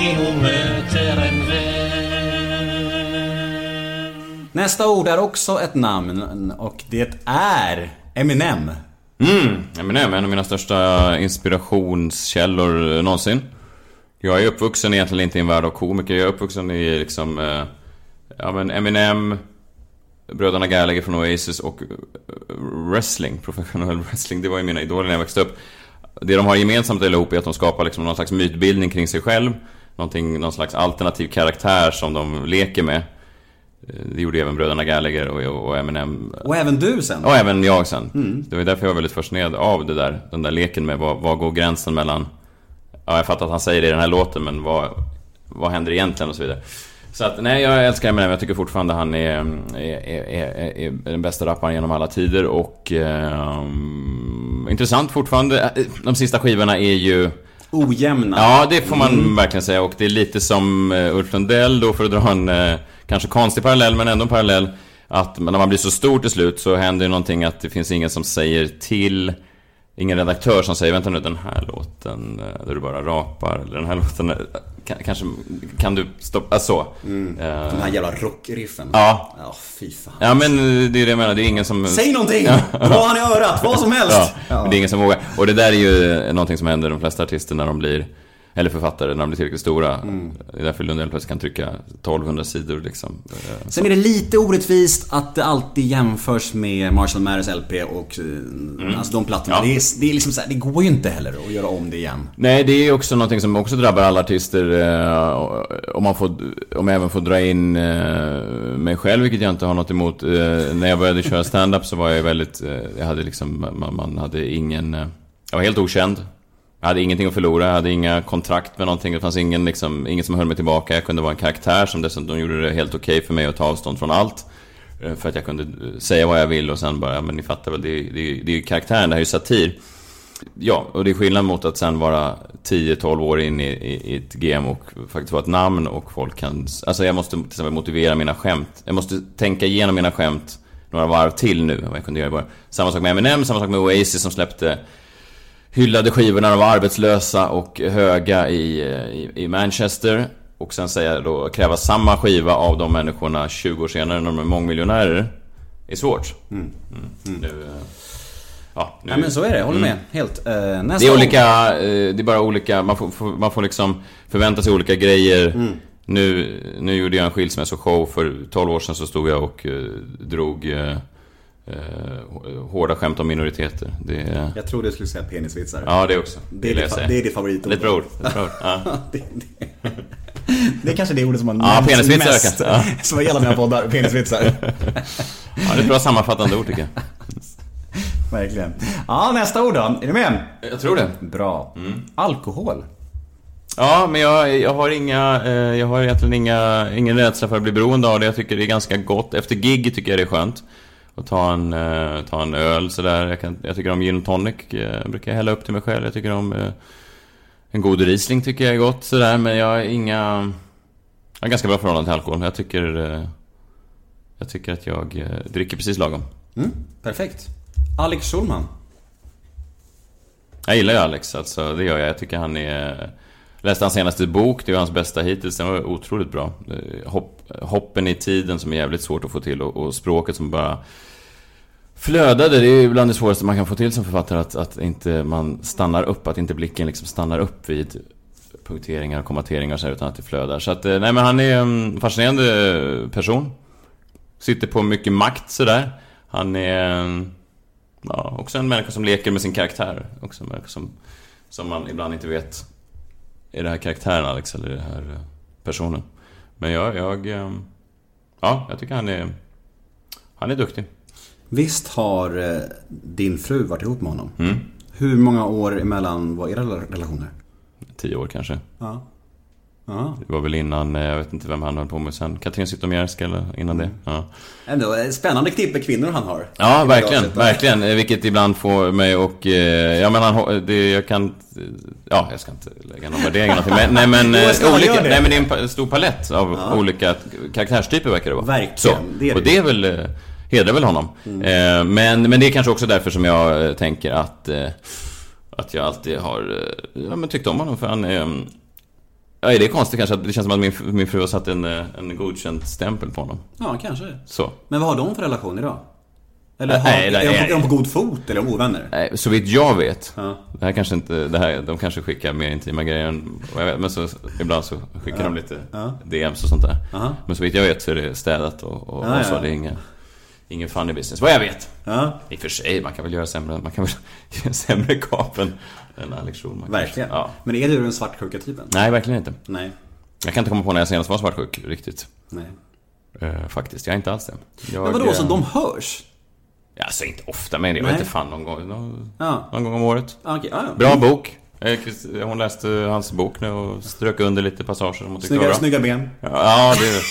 Nästa ord är också ett namn och det är Eminem. Mm, Eminem är en av mina största inspirationskällor någonsin. Jag är uppvuxen egentligen inte i en värld av komiker. Jag är uppvuxen i liksom eh, ja, men Eminem, bröderna Gallagher från Oasis och wrestling, professionell wrestling. Det var ju mina idoler när jag växte upp. Det de har gemensamt ihop är att de skapar liksom någon slags mytbildning kring sig själv. Någonting, någon slags alternativ karaktär som de leker med. Det gjorde även bröderna Gallagher och, och Eminem. Och även du sen. Och även jag sen. Mm. Det var därför jag var väldigt fascinerad av det där, den där leken med vad, vad går gränsen mellan... Ja, jag fattar att han säger det i den här låten, men vad, vad händer egentligen och så vidare. Så att, nej, jag älskar Eminem. Jag tycker fortfarande han är, är, är, är, är den bästa rapparen genom alla tider. Och eh, intressant fortfarande. De sista skivorna är ju... ojämna. Ja, det får man mm. verkligen säga. Och det är lite som uh, Ulf Lundell då, för att dra en uh, kanske konstig parallell, men ändå en parallell. Att när man blir så stor till slut så händer det någonting att det finns ingen som säger till, ingen redaktör som säger vänta nu, den här låten där du bara rapar, eller den här låten kan, kanske kan du stoppa, alltså mm. uh, den här jävla rockriffen. Ja. Ja, fy fan. Ja, men det är det jag menar, det är ingen som säg någonting, dra han i örat, vad som helst. Ja, ja. Men det är ingen som vågar. Och det där är ju någonting som händer de flesta artister när de blir, eller författare, när de blir tillräckligt stora. Mm. Det är därför Lundell plötsligt kan trycka tolvhundra sidor liksom. Sen är det lite orättvist att det alltid jämförs med Marshall Mathers L P och mm. alltså de plattorna. Ja. Det, är, det är liksom så här, det går ju inte heller att göra om det igen. Nej, det är också någonting som också drabbar alla artister. Eh, om man får, om jag även får dra in eh, mig själv, vilket jag inte har något emot. Eh, när jag började köra stand-up så var jag väldigt, eh, jag hade liksom, man, man hade ingen, eh, jag var helt okänd. Jag hade ingenting att förlora, jag hade inga kontrakt med någonting. Det fanns ingen, liksom, ingen som höll mig tillbaka. Jag kunde vara en karaktär som dessutom gjorde det helt okej för mig att ta avstånd från allt. För att jag kunde säga vad jag vill och sen bara, ja men ni fattar väl, det är, det är, det är ju karaktären, det här är ju satir. Ja, och det är skillnad mot att sen vara tio tolv år in i, i, i ett game och faktiskt vara ett namn och folk kan... Alltså jag måste till exempel motivera mina skämt. Jag måste tänka igenom mina skämt några varv till nu än vad jag kunde göra bara. Samma sak med Eminem, samma sak med Oasis som släppte hyllade skivor när de var arbetslösa och höga i, i, i Manchester. Och sen säga då, kräva samma skiva av de människorna tjugo år senare när de är mångmiljonärer är svårt. Mm. Mm. Mm. Nu, ja, nu, ja, men så är det, jag håller med. Mm. Helt. Uh, det är olika, uh, det är bara olika, man får, man får liksom förvänta sig olika grejer. Mm. Nu, nu gjorde jag en skilsmässoshow för tolv år sedan, så stod jag och uh, drog... Uh, Uh, hårda skämt om minoriteter. Det... Jag tror du skulle säga penisvitsar. Ja, det också. Det, det, är, fa- det är ditt favoritord. Lite bra ord. Ja. det, det. det är kanske det ordet som man ja, penisvitsar mest ja. Som var hela mina poddar, penisvitsar. Ja, det är ett bra sammanfattande ord tycker jag. Verkligen. Ja, nästa ord då. Är du med? Jag tror det. Bra. Mm. Alkohol. Ja, men jag, jag har inga eh, jag har egentligen inga ingen rädsla för att bli beroende av det. Jag tycker det är ganska gott. Efter gig tycker jag det är skönt och ta en, uh, ta en öl sådär. Jag, kan, jag tycker om gin och tonic. Jag brukar hälla upp till mig själv. Jag tycker om uh, en god Riesling tycker jag är gott sådär. Men jag har inga... Jag har ganska bra förhållande till alkohol. Jag tycker, uh, jag tycker att jag uh, dricker precis lagom. Mm, perfekt. Alex Schulman. Jag gillar ju Alex, alltså det gör jag. Jag tycker han är... Jag läste hans senaste bok, det var hans bästa hittills. Den var otroligt bra. Hopp, hoppen i tiden som är jävligt svårt att få till. Och, och språket som bara flödade. Det är bland det svåraste man kan få till som författare. Att, att inte man stannar upp, att inte blicken liksom stannar upp vid punkteringar och kommateringar så här, utan att det flödar. Så att, nej men han är en fascinerande person. Sitter på mycket makt sådär. Han är ja, också en människa som leker med sin karaktär. Också en människa som, som man ibland inte vet, är det här karaktären Alex eller är det här personen? Men jag, jag ja, jag tycker han är han är duktig. Visst har din fru varit ihop med honom? Mm. Hur många år emellan var era relationer? Tio år kanske. Ja. Ja. Det var väl innan, jag vet inte vem han höll på med sen. Katrin Zytomierska eller innan mm. det. Ja. Ändå spännande knippe kvinnor han har. Ja, verkligen, verkligen. Vilket ibland får mig och ja men han, det, jag kan, ja jag ska inte lägga någon värdering någonting. Men, nej men olika, nej men det är en stor palett av ja. olika karaktärstyper verkar det vara. Verkligen. Så, det är och det är väl, hedrar väl honom. Mm. Men, men det är kanske också därför som jag tänker att att jag alltid har ja, men tyckt om honom för han är... Ja, det är konstigt kanske att det känns som att min, min fru har satt en, en godkänd stämpel på honom. Ja, kanske. Så. Men vad har de för relation idag? Eller har, nej, nej, är, de på, nej. är de på god fot eller är de ovänner? Nej, så vitt jag vet. Ja. Det här kanske inte, det här, de kanske skickar mer intima grejer än, jag vet, men så, ibland så skickar ja. de lite ja. D M's och sånt där. Aha. Men så vitt jag vet så är det städat och, och, ja, och så ja. det är inga, ingen funny business. Vad jag vet. Ja. I och för sig, man kan väl göra sämre, man kan väl göra sämre kapen än Alex Schulman. Verkligen. Ja. Men är du den svartsjuka typen? Nej, verkligen inte. Nej. Jag kan inte komma på när jag senast var svartsjuk riktigt. Nej. Uh, faktiskt, jag är inte alls det. Jag, men vadå, så de hörs? Ja, alltså inte ofta, men jag vet inte fan någon gång någon, ja. någon gång om året. Okay, ah, ja. Bra bok. Hon läste hans bok nu och strök under lite passager som hon tyckte snygga, var bra. Snygga ben. Ja, ja det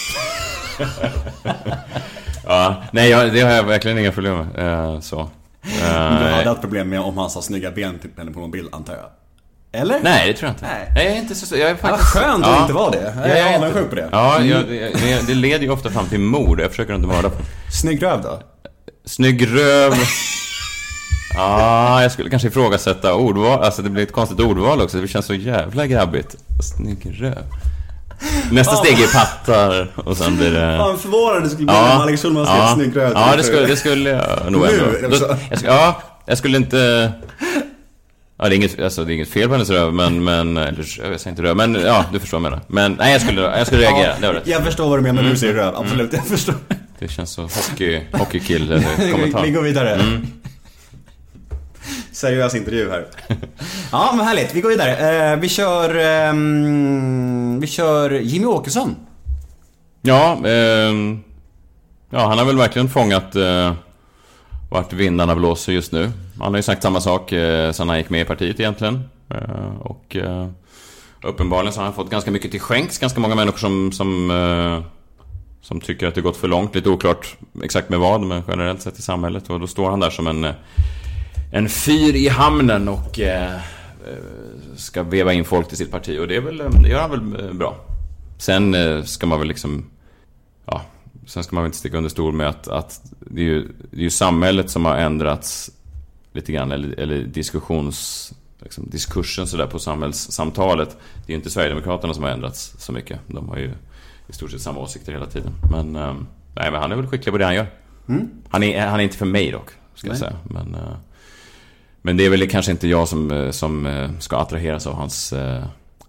ja, nej, jag, det har jag verkligen inga problem med. Uh, så. Uh, du hade ett problem med om han sa snygga ben till henne på någon bild, antar jag. Eller? Nej, det tror jag inte. Nej. Jag är inte så... Jag är faktiskt... Ja, skönt att ja. inte vara det. Jag är, jag är avundsjuk på det. Ja, jag, det, det leder ju ofta fram till mord. Jag försöker inte mörda. Snygg röv då? Snygg röv... Ja, ah, jag skulle kanske ifrågasätta ordval. Alltså det blir ett konstigt ordval också. Det känns så jävla grabbigt. Snygg röv. Nästa oh. steg är pattar. Och sen blir det... Ja, en förvårande det skulle bli ja. Om Alex Schulman skrev ja. Snygg röv. Ja, det skulle, det skulle jag nog ändå. Då, jag skulle, ja, jag skulle inte... Ja, det är inget, alltså, det är inget fel på hennes röv. Men, men eller, jag säger inte röv. Men ja, du förstår vad jag menar. Men nej, jag skulle, jag skulle reagera. Ja, det jag förstår vad du menar när du säger röv. Absolut, jag förstår. Det känns så hockey, hockeykill eller kommentar. Vi går vidare. Mm. Seriös intervju här. Ja, men härligt. Vi går vidare. Eh, vi kör eh, vi kör Jimmy Åkesson. Ja, eh, ja, han har väl verkligen fångat eh, vart vindarna blåser just nu. Han har ju sagt samma sak eh, sen han gick med i partiet egentligen. Eh, och eh, uppenbarligen så har han fått ganska mycket till skänks. Ganska många människor som som eh, som tycker att det gått för långt. Lite oklart exakt med vad, men generellt sett i samhället. Och då står han där som en en fyr i hamnen och eh, ska veva in folk till sitt parti. Och det, är väl, det gör han väl bra. Sen eh, ska man väl liksom... Ja, sen ska man väl inte sticka under stol med att, att det, är ju, det är ju samhället som har ändrats lite grann. Eller, eller diskussions... Liksom, diskursen sådär på samhällssamtalet. Det är ju inte Sverigedemokraterna som har ändrats så mycket. De har ju i stort sett samma åsikter hela tiden. Men, eh, nej, men han är väl skicklig på det han gör. Mm. Han, är, han är inte för mig dock, ska jag säga. Men... Eh, Men det är väl kanske inte jag som, som ska attraheras av hans eh,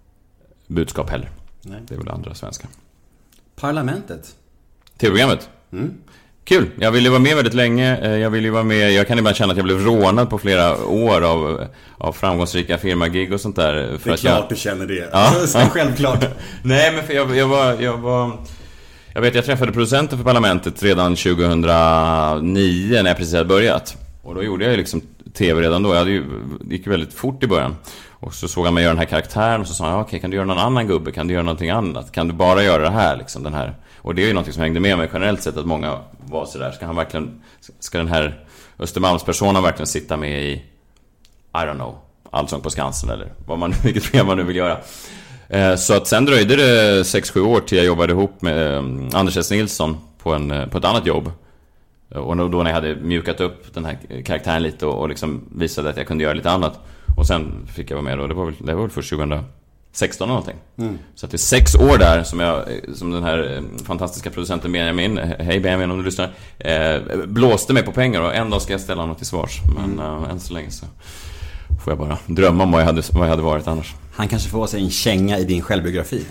budskap heller. Nej. Det är väl andra svenska. Parlamentet. T V-programmet. Mm. Kul, jag ville vara med väldigt länge. Jag ville vara med, jag kan ibland känna att jag blev rånad på flera år av, av framgångsrika firmagig och sånt där. För det är att klart jag... du känner det. Ja. Självklart. Nej, men för jag, jag var... Jag var jag vet, jag träffade producenten för Parlamentet redan tjugohundranio när jag precis hade börjat. Och då gjorde jag ju liksom tv redan då. Jag hade ju, det gick ju väldigt fort i början. Och så såg han mig göra den här karaktären. Och så sa han, okej, okay, kan du göra någon annan gubbe? Kan du göra någonting annat? Kan du bara göra det här? Liksom, den här. Och det är ju någonting som hängde med mig generellt sett. Att många var så där. Ska han verkligen... Ska den här Östermalmspersonen verkligen sitta med i... I don't know. Allsång på Skansen eller vad man, vilket program man nu vill göra. Så att sen dröjde det sex sju år till jag jobbade ihop med Anders S. Nilsson på, en, på ett annat jobb. Och då när jag hade mjukat upp den här karaktären lite och, och liksom visade att jag kunde göra lite annat. Och sen fick jag vara med då. Det var väl, det var väl först tjugohundrasexton eller någonting. Mm. Så att det är sex år där som, jag, som den här fantastiska producenten Benjamin, hej Benjamin om du lyssnar, eh, blåste mig på pengar. Och en dag ska jag ställa honom till svars. Men mm. äh, än så länge så får jag bara drömma om vad jag hade, vad jag hade varit annars. Han kanske får sig en känga i din självbiografi.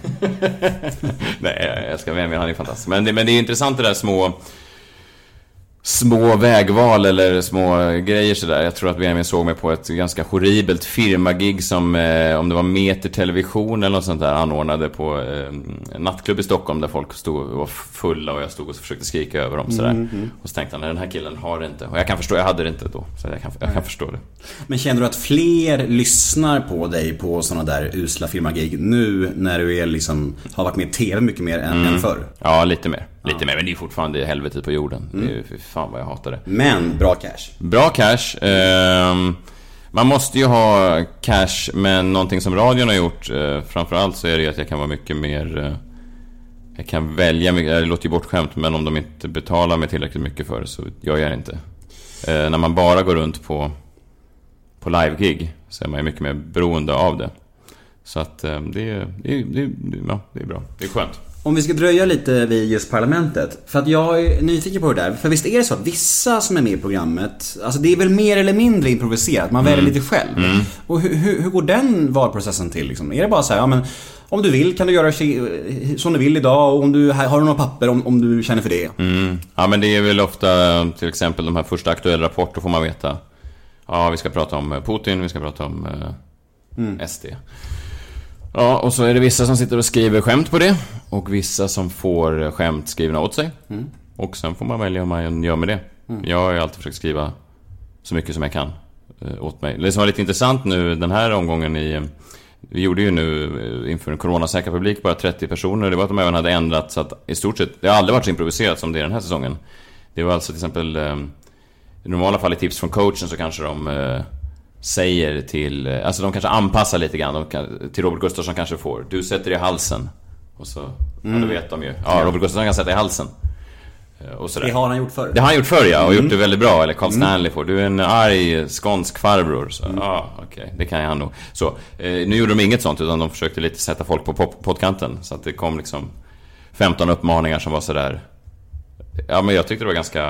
Nej, jag älskar Benjamin, han är fantastisk. Men det, men det är intressant det där små... små vägval eller små grejer sådär. Jag tror att Benjamin såg mig på ett ganska horribelt firmagig som eh, om det var Meter Television eller något sånt där anordnade på eh, en nattklubb i Stockholm där folk stod och var fulla och jag stod och försökte skrika över dem sådär. Mm, mm. Och så tänkte han, den här killen har det inte. Och jag kan förstå, jag hade det inte då. Så jag kan, jag kan förstå det. Men känner du att fler lyssnar på dig på såna där usla firmagig nu när du är liksom, har varit med i tv mycket mer än, mm. än förr? Ja, lite mer. Lite ja. mer, men det är fortfarande helvetet på jorden. Mm. Det är, för fan vad jag hatar det. Men bra cash. Bra cash. Eh, man måste ju ha cash, men någonting som radion har gjort, eh, framförallt så är det ju att jag kan vara mycket mer... Eh, jag kan välja mycket, det låter ju bortskämt, men om de inte betalar mig tillräckligt mycket för det så gör jag det inte. Eh, när man bara går runt på, på live-gig så är man ju mycket mer beroende av det. Så att eh, det, är, det, är, det, är, ja, det är bra, det är skönt. Om vi ska dröja lite vid just Parlamentet. För att jag är nyfiken på det där. För visst är det så att vissa som är med i programmet, alltså det är väl mer eller mindre improviserat. Man väljer mm. lite själv. Mm. Och hur, hur, hur går den valprocessen till liksom? Är det bara så här, ja men om du vill kan du göra som du vill idag. Och om du har några papper om, om du känner för det. Mm. Ja men det är väl ofta till exempel de här första aktuella rapporter får man veta. Ja vi ska prata om Putin, vi ska prata om eh, mm. S D. Ja, och så är det vissa som sitter och skriver skämt på det. Och vissa som får skämt skrivna åt sig. Mm. Och sen får man välja om man gör med det. Mm. Jag har ju alltid försökt skriva så mycket som jag kan eh, åt mig. Det som var lite intressant nu den här omgången i... Vi gjorde ju nu inför en coronasäker publik bara trettio personer. Det var att de även hade ändrat så att i stort sett... Det har aldrig varit så improviserat som det är den här säsongen. Det var alltså till exempel... Eh, I normala fall i tips från coachen så kanske de... Eh, säger till, alltså de kanske anpassar lite grann, de kan, till Robert Gustafsson kanske får, du sätter i halsen. Och så, mm. ja, det vet de ju. Ja, Robert Gustafsson kan sätta i halsen. Och det har han gjort förr. Det har han gjort förr, ja, och mm. gjort det väldigt bra. Eller Carl Stanley får, du är en arg skånsk farbror. Så, mm. ja, okej, okay, det kan jag nog. Så, eh, nu gjorde de inget sånt, utan de försökte lite sätta folk på poddkanten. Så att det kom liksom femton uppmaningar som var sådär. Ja, men jag tyckte det var ganska...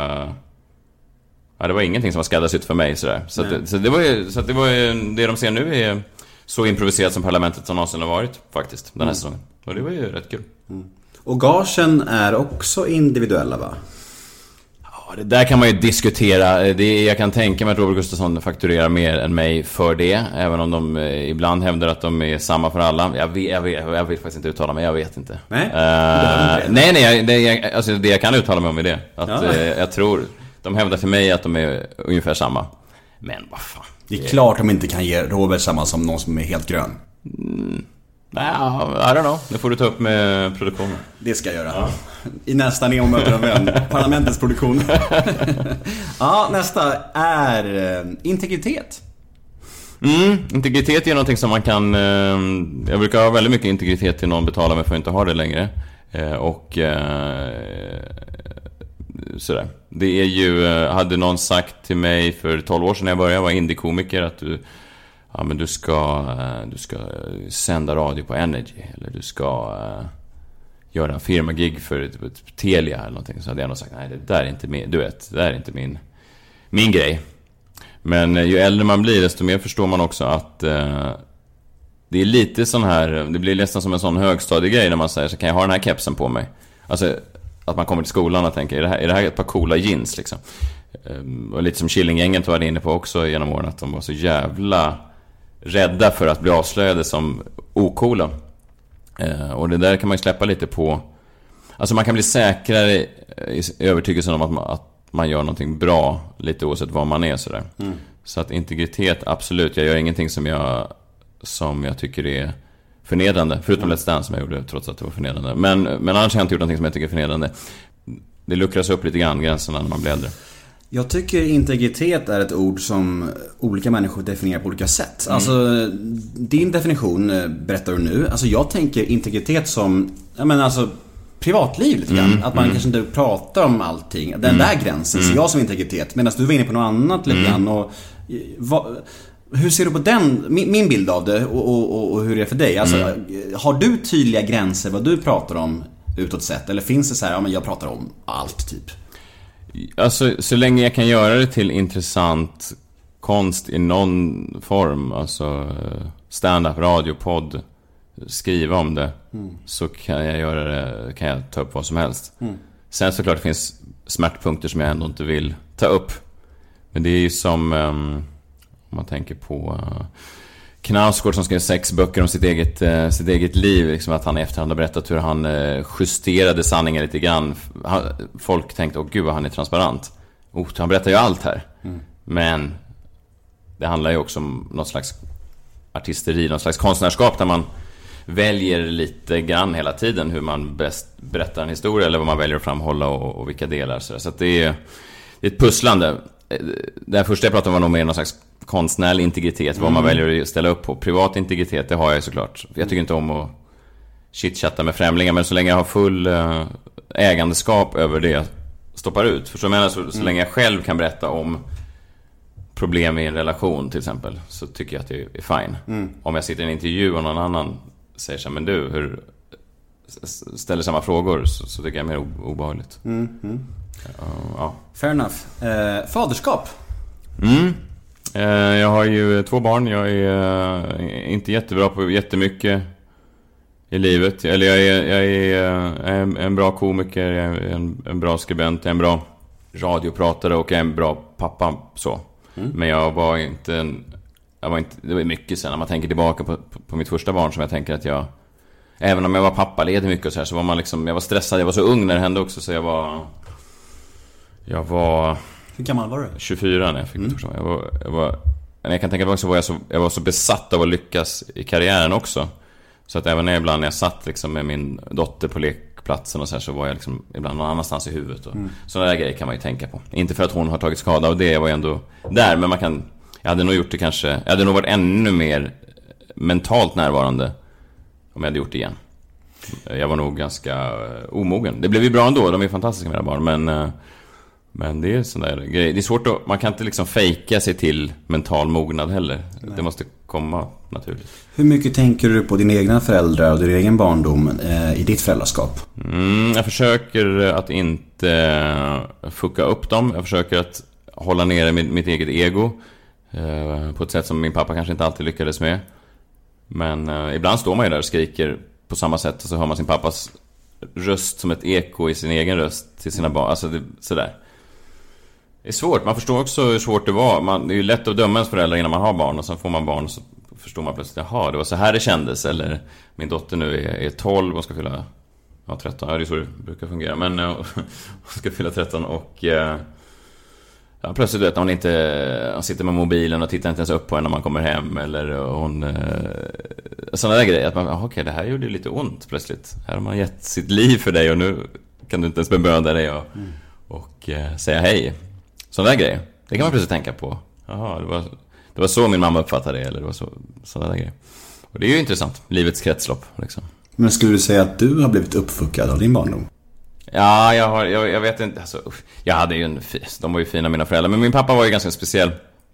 Ja, det var ingenting som var skaddas ut för mig sådär. Så, att, så det var ju, så att det var ju, det de ser nu är så improviserat som parlamentet som någonsin har varit faktiskt den här mm. säsongen. Och det var ju rätt kul. Mm. Och gagen är också individuella, va? Ja, det där kan man ju diskutera. Det, jag kan tänka mig att Robert Gustafsson fakturerar mer än mig för det. Även om de eh, ibland hävdar att de är samma för alla. Jag, vet, jag, vet, jag vill faktiskt inte uttala mig, jag vet inte. Nej, uh, nej, nej jag, det, jag, alltså, det jag kan uttala mig om är det. Att, ja. eh, jag tror, de hävdar till mig att de är ungefär samma. Men vad fan. Det är klart de inte kan ge Robert samma som någon som är helt grön. Mm. Nej, I don't know. Det får du ta upp med produktionen. Det ska jag göra. Ja. I nästa Neo möter en vän. Parlamentets produktion. Ja, nästa är integritet. Mm, integritet är någonting som man kan... Eh, jag brukar ha väldigt mycket integritet till någon betalar mig för att inte ha det längre. Eh, och... Eh, sådär. Det är ju... Hade någon sagt till mig för tolv år sedan när jag började vara indie-komiker att du... Ja, men du ska, du ska sända radio på Energy. Eller du ska uh, göra en firmagig för ett, ett Telia eller någonting. Så hade jag nog sagt, nej, det där är inte min, du vet, det där är inte min, min grej. Men uh, ju äldre man blir, desto mer förstår man också att uh, det är lite sån här, det blir nästan som en sån högstadiegrej när man säger, så kan jag ha den här kepsen på mig? Alltså att man kommer till skolan och tänker, är det här, är det här ett par coola jeans liksom? Um, och lite som Killinggänget var inne på också genom åren, att de var så jävla rädda för att bli avslöjade som ocoola. Eh, och det där kan man ju släppa lite på. Alltså man kan bli säkrare i övertygelsen om att man, att man gör någonting bra, lite oavsett vad man är sådär. Mm. Så att integritet, absolut. Jag gör ingenting som jag som jag tycker är förnedrande. Förutom mm. Let's Dance som jag gjorde, trots att det var förnedrande. Men, men annars har jag inte gjort någonting som jag tycker är förnedrande. Det luckras upp lite grann, gränserna när man blir äldre. Jag tycker integritet är ett ord som olika människor definierar på olika sätt. Mm. Alltså, din definition berättar du nu. Alltså, jag tänker integritet som, jag menar alltså, privatliv lite grann. Mm. Att man mm. kanske inte pratar om allting. Den mm. där gränsen ser jag som integritet. Medan du var inne på något annat lite mm. grann. Och, vad, hur ser du på den, min, min bild av det och, och, och hur är det för dig? Alltså, mm. har du tydliga gränser vad du pratar om utåt sett? Eller finns det så här, ja men jag pratar om allt typ? Alltså, så länge jag kan göra det till intressant konst i någon form, alltså stand-up, radio, podd, skriva om det, mm. så kan jag göra det, kan jag ta upp vad som helst. Mm. Sen såklart det finns smärtpunkter som jag ändå inte vill ta upp. Men det är ju som um, om man tänker på uh, Knausgård som skrev sex böcker om sitt eget, uh, sitt eget liv, liksom att han i efterhand har berättat hur han uh, justerade sanningen lite grann. Han, folk tänkte, åh gud vad han är transparent. Oh, han berättar ju allt här. Mm. Men det handlar ju också om något slags artisteri, något slags konstnärskap där man väljer lite grann hela tiden hur man bäst berättar en historia eller vad man väljer att framhålla och, och vilka delar. Så, så att det är, det är ett pusslande. Det första jag pratade om var nog mer någon slags konstnärlig integritet, mm. vad man väljer att ställa upp på. Privat integritet, det har jag såklart. Jag tycker inte om att chitchatta med främlingar, men så länge jag har full ägandeskap över det jag stoppar ut. För så, menar, så, så mm. länge jag själv kan berätta om problem i en relation till exempel, så tycker jag att det är fine. Mm. Om jag sitter i en intervju och någon annan säger så här, men du, hur ställer samma frågor, så, så tycker jag är mer obehagligt. Mm. Mm. Uh, ja. Fair enough. Eh, faderskap. Mm. Eh, jag har ju två barn. Jag är eh, inte jättebra på jättemycket i livet. Eller jag är, jag är eh, en, en bra komiker, jag är en, en bra skribent, en bra radiopratare och en bra pappa så. Mm. Men jag var inte en, jag var inte, det var mycket sen när man tänker tillbaka på, på, på mitt första barn, som jag tänker att jag, även om jag var pappaledig mycket och så här, så var man liksom, jag var stressad, jag var så ung när det hände också, så jag var jag var hur gammal var du? tjugofyra när jag fick mm. mitt första barn. Jag var, jag var, när jag kan tänka tillbaka så var jag så, jag var så besatt av att lyckas i karriären också. Så att även när jag ibland när jag satt liksom med min dotter på lekplatsen och så här, så var jag liksom ibland någon annanstans i huvudet och mm. sådana där grejer kan man ju tänka på. Inte för att hon har tagit skada av det, jag var ju ändå där, men man kan, jag Jag hade nog gjort det kanske, jag hade nog varit ännu mer mentalt närvarande om jag hade gjort det igen. Jag var nog ganska omogen. Det blev ju bra ändå, de är fantastiska mina barn, men men det är sån där grej. Det är svårt att, man kan inte liksom fejka sig till mental mognad heller. Nej. Det måste komma naturligt. Hur mycket tänker du på dina egna föräldrar och din egen barndom eh, i ditt föräldraskap? Mm, jag försöker att inte fucka upp dem. Jag försöker att hålla nere mitt, mitt eget ego eh, på ett sätt som min pappa kanske inte alltid lyckades med. Men eh, ibland står man ju där och skriker på samma sätt, och så hör man sin pappas röst som ett eko i sin egen röst till sina barn. Alltså det, sådär. Det är svårt, man förstår också hur svårt det var. Man, det är ju lätt att döma ens föräldrar innan man har barn, och sen får man barn och så förstår man plötsligt, jaha, det var så här det kändes. Eller min dotter nu är, är tolv och ska fylla ja, tretton, ja det är så det brukar fungera. Men hon ska fylla tretton och ja, plötsligt vet hon inte, hon sitter med mobilen och tittar inte ens upp på henne när man kommer hem. Eller hon, sådana där grejer, att man, okej okay, det här gjorde ju lite ont plötsligt. Här har man gett sitt liv för dig och nu kan du inte ens bemöda dig och, mm. och uh, säga hej. Sådana där grejer, det kan man plötsligt tänka på. Jaha, det var, det var så min mamma uppfattade det, eller det var så, sådana där grejer. Och det är ju intressant, livets kretslopp liksom. Men skulle du säga att du har blivit uppfuckad av din barndom? Ja, jag, har, jag, jag vet inte alltså, jag hade ju en, de var ju fina mina föräldrar. Men min pappa var ju ganska speciell.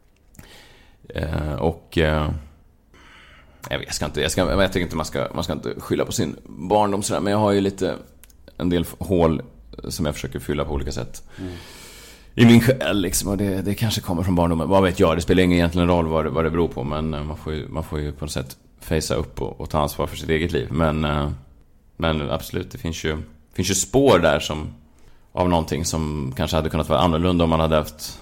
eh, Och eh, Jag vet, jag ska inte jag, ska, jag tycker inte man ska, man ska inte skylla på sin barndom sådär. Men jag har ju lite en del hål som jag försöker fylla på olika sätt mm. i min själ liksom. Och det, det kanske kommer från barndomen. Vad vet jag, det spelar ingen egentligen roll vad det, vad det beror på. Men man får ju, man får ju på något sätt facea upp och, och ta ansvar för sitt eget liv. Men, eh, men absolut, det finns ju Det finns ju spår där som av någonting som kanske hade kunnat vara annorlunda om man hade haft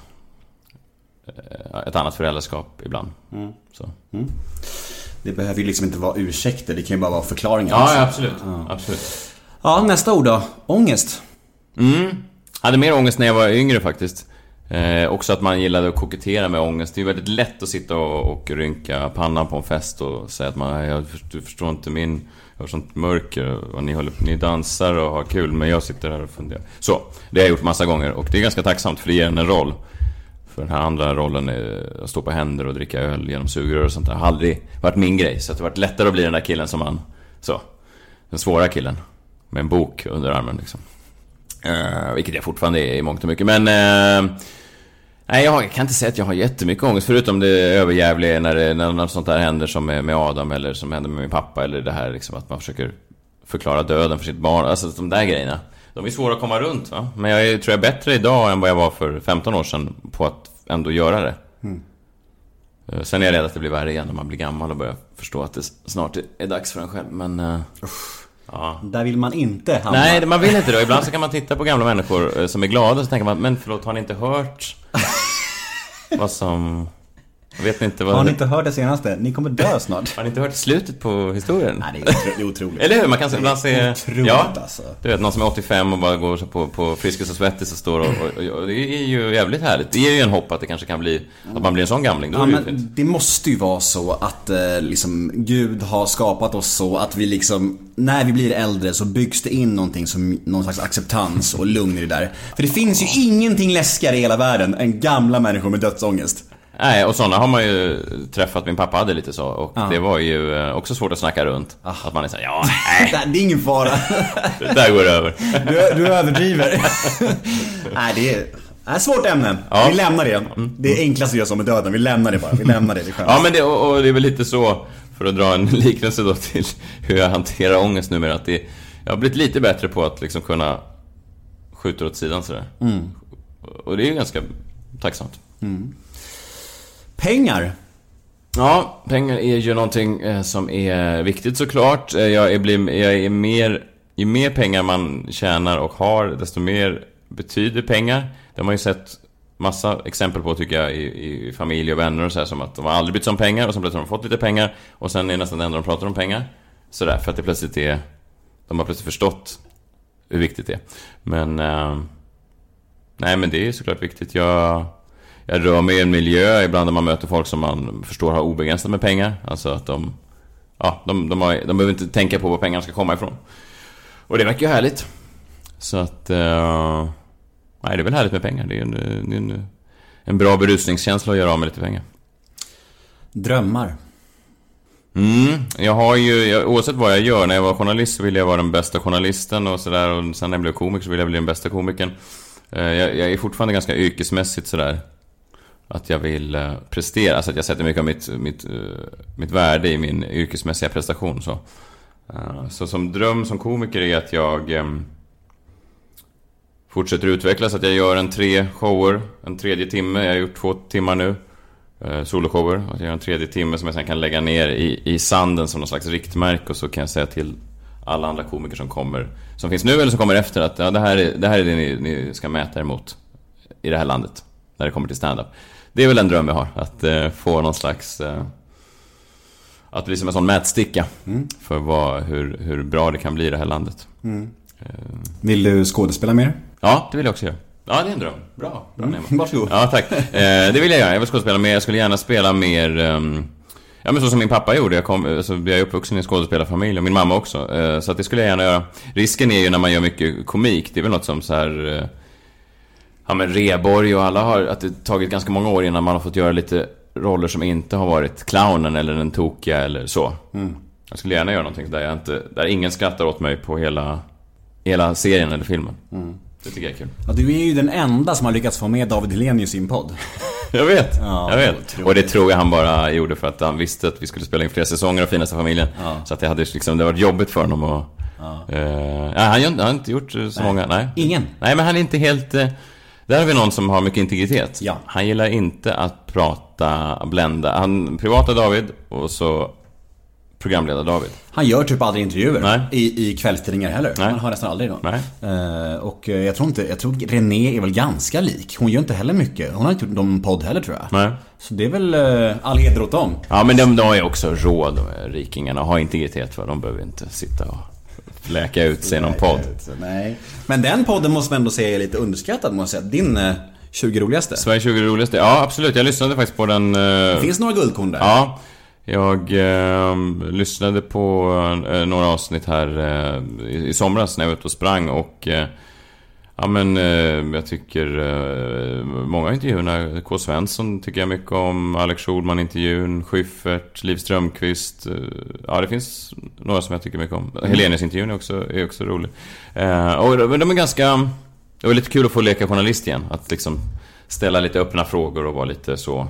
ett annat föräldraskap ibland. Mm. Så. Mm. Det behöver ju liksom inte vara ursäkter, det kan ju bara vara förklaringar. Ja, ja absolut. Ja. absolut. Ja, nästa ord då. Ångest. Mm. Jag hade mer ångest när jag var yngre faktiskt. Eh, också att man gillade att kokettera med ångest. Det är väldigt lätt att sitta och, och rynka pannan på en fest och säga att man, jag, du förstår inte min... Jag har sånt mörker och ni, håller, ni dansar och har kul, men jag sitter här och funderar. Så, det har jag gjort massa gånger och det är ganska tacksamt för det ger en roll. För den här andra rollen är att stå på händer och dricka öl genom sugrör och sånt där. Det har aldrig varit min grej, så att det har varit lättare att bli den där killen som man, så, den svåra killen med en bok under armen liksom. Uh, vilket jag fortfarande är i mångt och mycket, men... Uh, Nej, jag kan inte säga att jag har jättemycket ångest. Förutom det överjävliga när, det, när något sånt där händer som med, med Adam. Eller som händer med min pappa. Eller det här liksom, att man försöker förklara döden för sitt barn. Alltså de där grejerna, de är svåra att komma runt va? Men jag är, tror jag är bättre idag än vad jag var för femton år sedan på att ändå göra det. mm. Sen är jag rädd att det blir värre igen när man blir gammal och börjar förstå att det snart är dags för en själv. Men... Uh... Ja. Där vill man inte hamna. Nej, man vill inte då. Ibland så kan man titta på gamla människor som är glada och så tänker man, men förlåt, har ni inte hört vad som... Jag vet inte vad... Har ni inte hört det senaste? Ni kommer dö snart. Har ni inte hört slutet på historien? Nej, det är, otro- det är otroligt. Eller hur? Man kan ibland se... Otroligt, ja, alltså. Du vet, någon som är åttiofem och bara går så på, på Friskis och Svettis och står och, och, och det är ju jävligt härligt. Det ger ju en hopp att det kanske kan bli... Att man blir en sån gamling. Då ja, är det, men det måste ju vara så att eh, liksom, Gud har skapat oss så att vi liksom... När vi blir äldre så byggs det in någonting som någon slags acceptans och lugn i det där. För det finns ju ingenting läskigare i hela världen än gamla människor med dödsångest. Nej, och sådana har man ju träffat. Min pappa hade lite så. Och ah. det var ju också svårt att snacka runt. ah. Att man är så här, ja, nej. Det är ingen fara. Det där går över. Du, du överdriver. Nej, det är... Det är ett svårt ämne. Ja. Vi lämnar det. Det är enklast att göra som med döden. Vi lämnar det bara. Vi lämnar det. Det ja, men det, och, och det är väl lite så, för att dra en liknelse då till hur jag hanterar ångest numera, att det, jag har blivit lite bättre på att liksom kunna skjuta åt sidan sådär. Mm. Och det är ju ganska tacksamt. Mm. Pengar. Ja, pengar är ju någonting eh, som är viktigt såklart. Eh, jag, är, blir, jag är mer, ju mer pengar man tjänar och har, desto mer betyder pengar. Det har man ju sett massa exempel på, tycker jag, i, i familj och vänner och så här, som att de har aldrig bytt om pengar och så plötsligt har de fått lite pengar och sen är nästan det enda de pratar om pengar. Sådär, för att det plötsligt är, de har plötsligt förstått hur viktigt det är. Men eh, nej, men det är såklart viktigt. Jag, jag rör mig i en miljö ibland där man möter folk som man förstår har obegränsat med pengar. Alltså att de, ja, de, de, har, de behöver inte tänka på var pengarna ska komma ifrån. Och det verkar ju härligt. Så att eh, nej, det är väl härligt med pengar. Det är en, det är en, en bra berusningskänsla att göra av med lite pengar. Drömmar. Mm, jag har ju, jag, oavsett vad jag gör, när jag var journalist så ville jag vara den bästa journalisten och sådär. Och sen när jag blev komiker så ville jag bli den bästa komikern. eh, jag, jag är fortfarande ganska yrkesmässigt sådär, att jag vill eh, prestera. Alltså att jag sätter mycket av mitt, mitt, uh, mitt värde i min yrkesmässiga prestation. Så, uh, så som dröm som komiker är att jag um, fortsätter utvecklas. Att jag gör en tre shower, en tredje timme. Jag har gjort två timmar nu, uh, soloshower. Att jag gör en tredje timme som jag sen kan lägga ner i, i sanden som någon slags riktmärke. Och så kan jag säga till alla andra komiker som kommer, som finns nu eller som kommer efter, att ja, det, här är, det här är det ni, ni ska mäta emot i det här landet när det kommer till stand-up. Det är väl en dröm jag har, att eh, få någon slags eh, att bli som en sån mätsticka mm. för vad, hur, hur bra det kan bli i det här landet. mm. eh. Vill du skådespela mer? Ja, det vill jag också göra. Ja, det är en dröm. Bra, bra mm. Varsågod. Ja, tack. eh, Det vill jag göra, jag vill skådespela mer. Jag skulle gärna spela mer um, ja, men så som min pappa gjorde. Jag, kom, alltså, jag är uppvuxen i en skådespelarfamilj, och min mamma också, eh, så att det skulle jag gärna göra. Risken är ju när man gör mycket komik, det är väl något som så här eh, ja, men Reborg och alla har, att det tagit ganska många år innan man har fått göra lite roller som inte har varit clownen eller den tokiga eller så. Mm. Jag skulle gärna göra någonting där jag inte, där ingen skrattar åt mig på hela hela serien eller filmen. Mm. Det tycker jag är kul. Ja, du är ju den enda som har lyckats få med David Hellenius i sin podd. Jag vet, ja, jag vet. Och det tror jag han bara gjorde för att han visste att vi skulle spela in flera säsonger av Finaste familjen. Ja. Så att det hade liksom, det var jobbigt för honom och, ja. Uh, ja, han, han har inte gjort så nej. många. Nej. Ingen. Nej, men han är inte helt... Uh, där har vi någon som har mycket integritet. Ja. Han gillar inte att prata, blända. Han privata David och så programledare David. Han gör typ aldrig intervjuer Nej. i, i kvällstidningar heller. Nej. Han har nästan aldrig någon. Nej. Uh, och jag tror inte, jag tror René är väl ganska lik. Hon gör inte heller mycket. Hon har inte gjort någon podd heller, tror jag. Nej. Så det är väl uh, all heder åt dem. Ja, men de, de har ju också råd, de rikingarna, har integritet, för de behöver inte sitta och läka ut sig i någon podd. Nej. Men den podden måste man ändå säga är lite underskattad, måste jag säga. Din uh, tjugo roligaste. Sveriges tjugo roligaste. Ja, absolut. Jag lyssnade faktiskt på den. Uh... Det finns några guldkorn där. Ja. Jag eh, lyssnade på eh, några avsnitt här eh, i, i somras när jag var ute och sprang. Och eh, ja, men eh, jag tycker eh, många intervjuerna. K. Svensson tycker jag mycket om. Alex Schulman intervjun, Schyffert, Liv Strömquist. Eh, ja, det finns några som jag tycker mycket om. mm. Hellenius intervjun är också, är också rolig. eh, Och de, de är ganska... Det var lite kul att få leka journalist igen. Att liksom ställa lite öppna frågor och vara lite så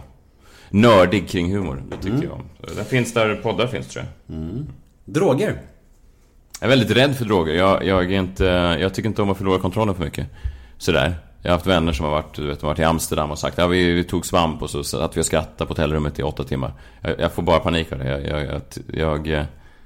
nördig kring humor, det tyckte mm. jag om. Det finns där poddar finns, tror jag. Mm. Droger? Jag är väldigt rädd för droger. Jag, jag, är inte, jag tycker inte om att förlora kontrollen för mycket. Sådär. Jag har haft vänner som har varit, du vet, varit i Amsterdam och sagt ja, vi, vi tog svamp och så, så att vi har skrattat på hotellrummet i åtta timmar. Jag, jag får bara panik av det. Jag, jag, jag, jag, jag,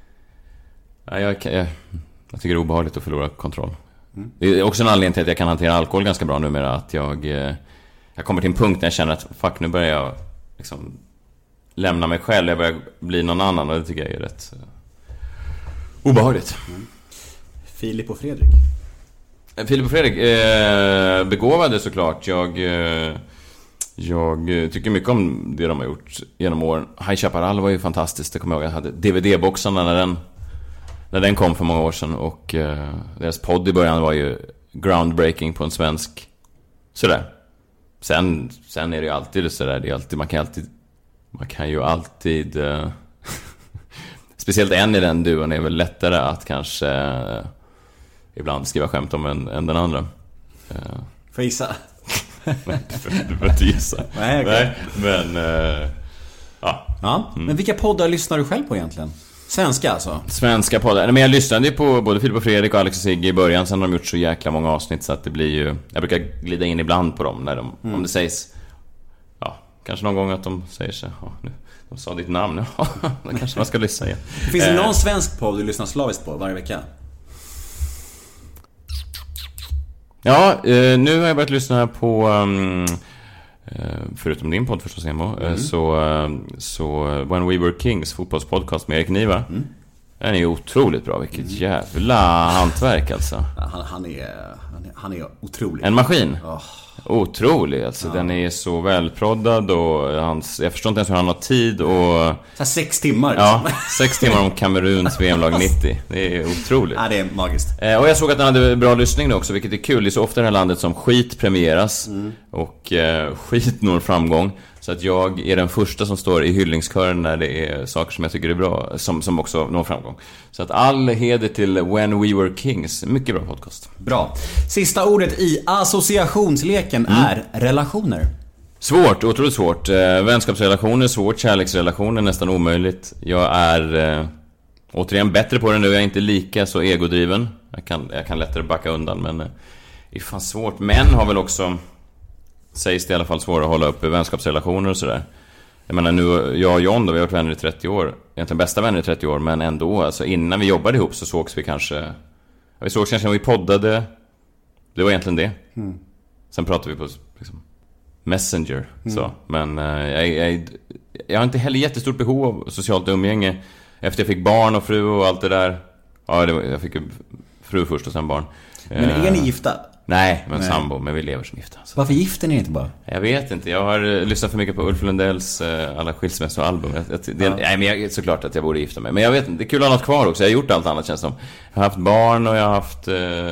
jag, jag, jag tycker det är obehagligt att förlora kontroll. Mm. Det är också en anledning till att jag kan hantera alkohol ganska bra numera. Att jag, jag kommer till en punkt när jag känner att fuck, nu börjar jag liksom lämna mig själv. Jag börjar bli någon annan, och det tycker jag är rätt uh, obehagligt. mm. Filip och Fredrik. Filip och Fredrik eh, begåvade såklart. Jag eh, Jag tycker mycket om det de har gjort genom åren. High Chaparral var ju fantastiskt. Det kommer jag ihåg, jag hade D V D-boxarna när den När den kom för många år sedan. Och eh, deras podd i början var ju groundbreaking på en svensk. Sådär. Sen, sen är det ju alltid sådär, det är alltid, man kan alltid Man kan ju alltid eh, speciellt en i den duon är väl lättare att kanske eh, ibland skriva skämt om än, än den andra. eh. Får gissa? Du får inte gissa. Nej, okay. Nej, men eh, ja. Ja, mm. Men vilka poddar lyssnar du själv på egentligen? Svenska alltså? Svenska poddar. Men jag lyssnade på både Filip och Fredrik och Alex och Sigge i början. Sen har de gjort så jäkla många avsnitt så att det blir ju... Jag brukar glida in ibland på dem när de, mm. om det sägs... Ja, kanske någon gång att de säger så. Ja, nu, de sa ditt namn. Ja, då kanske man ska lyssna igen. Finns det någon svensk podd du lyssnar slaviskt på varje vecka? Ja, eh, nu har jag börjat lyssna på... Um, förutom din podd förstås, Emo, mm. så, så When We Were Kings, fotbollspodcast med Erik Niva. mm. Den är ju otroligt bra. Vilket mm. jävla hantverk alltså. han, han, är, han, är, han är otrolig. En maskin. oh. Otrolig alltså. Ja. Den är så välproddad. Och hans, jag förstår inte ens hur han har tid och... Så här sex timmar liksom. Ja, sex timmar om Kameruns V M-lag nittio. Det är otroligt. Ja, det är magiskt. eh, Och jag såg att han hade bra lyssning nu också, vilket är kul. Det är så ofta i det här landet som skit premieras. mm. Och eh, skit når framgång. Så att jag är den första som står i hyllningskören när det är saker som jag tycker är bra, som, som också når framgång. Så att all heder till When We Were Kings. Mycket bra podcast. Bra. Sista ordet i associationsleken mm. är relationer. Svårt, otroligt svårt. eh, Vänskapsrelationer, svårt. Kärleksrelationer, nästan omöjligt. Jag är eh, återigen bättre på det nu. Jag är inte lika så egodriven. Jag kan, jag kan lättare backa undan. Men eh, det är fan svårt. Män har väl också, sägs det i alla fall, svårt att hålla upp vänskapsrelationer och sådär. Jag menar nu, jag och John då, vi har varit vänner i trettio år. Egentligen bästa vänner i trettio år. Men ändå, alltså innan vi jobbade ihop så sågs vi kanske, vi sågs kanske när vi poddade. Det var egentligen det. mm. Sen pratade vi på liksom Messenger, mm. så. Men uh, jag, jag, jag har inte heller jättestort behov av socialt umgänge. Efter jag fick barn och fru och allt det där. Ja, det var, jag fick fru först och sen barn. Men är ni gifta? Nej, men nej. Sambo, men vi lever som gifta. Så. Varför gifter ni inte bara? Jag vet inte, jag har uh, lyssnat för mycket på Ulf Lundells uh, alla skilsmässoalbum. Jag, det, ja. Nej, men jag, såklart att jag borde gifta mig. Men jag vet inte, det är kul att ha något kvar också. Jag har gjort allt annat, känns som. Jag har haft barn och jag har haft uh,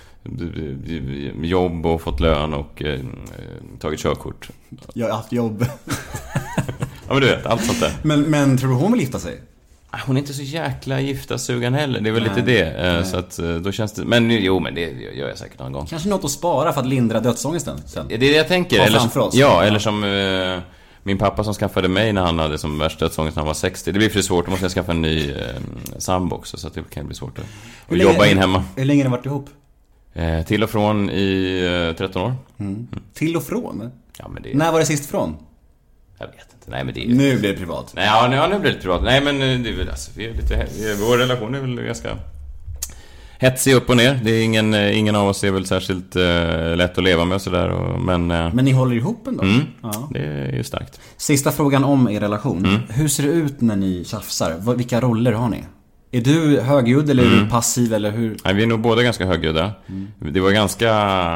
jobb och fått lön och uh, tagit körkort. Jag har haft jobb. Ja, men du vet, allt sånt där. Men, men tror du hon vill gifta sig? Hon är inte så jäkla gifta sugan heller. Det är väl nej, lite det nej. Så att då känns det. Men jo, men det gör jag säkert någon gång. Kanske något att spara för att lindra dödsångesten sen. Det är det jag tänker. Eller, oss. Ja, eller som uh, min pappa som skaffade mig när han hade som värsta dödsångest när han var sextio. Det blir för svårt, då måste jag skaffa en ny uh, sambo också. Så att det kan bli svårt att, att jobba in hemma. Hur länge har ni varit ihop? Uh, till och från i uh, tretton år. mm. Mm. Till och från? Ja, men det... När var det sist från? Jag vet inte. Nej, men det är ju... Nu blir det privat. Nej, ja, nu, ja, nu blir det privat. Nej, men det är väl alltså, vi är lite, vi är, vår relation är väl ganska hetsig upp och ner. Det är ingen, ingen av oss är väl särskilt uh, lätt att leva med och sådär. Och, men, uh... men ni håller ihop ändå? Mm, ja. Det är ju starkt. Sista frågan om er relation. Mm. Hur ser det ut när ni tjafsar? Vilka roller har ni? Är du högljudd eller mm. är du passiv eller hur? Nej, vi är nog båda ganska högljudda. Mm. Det var ganska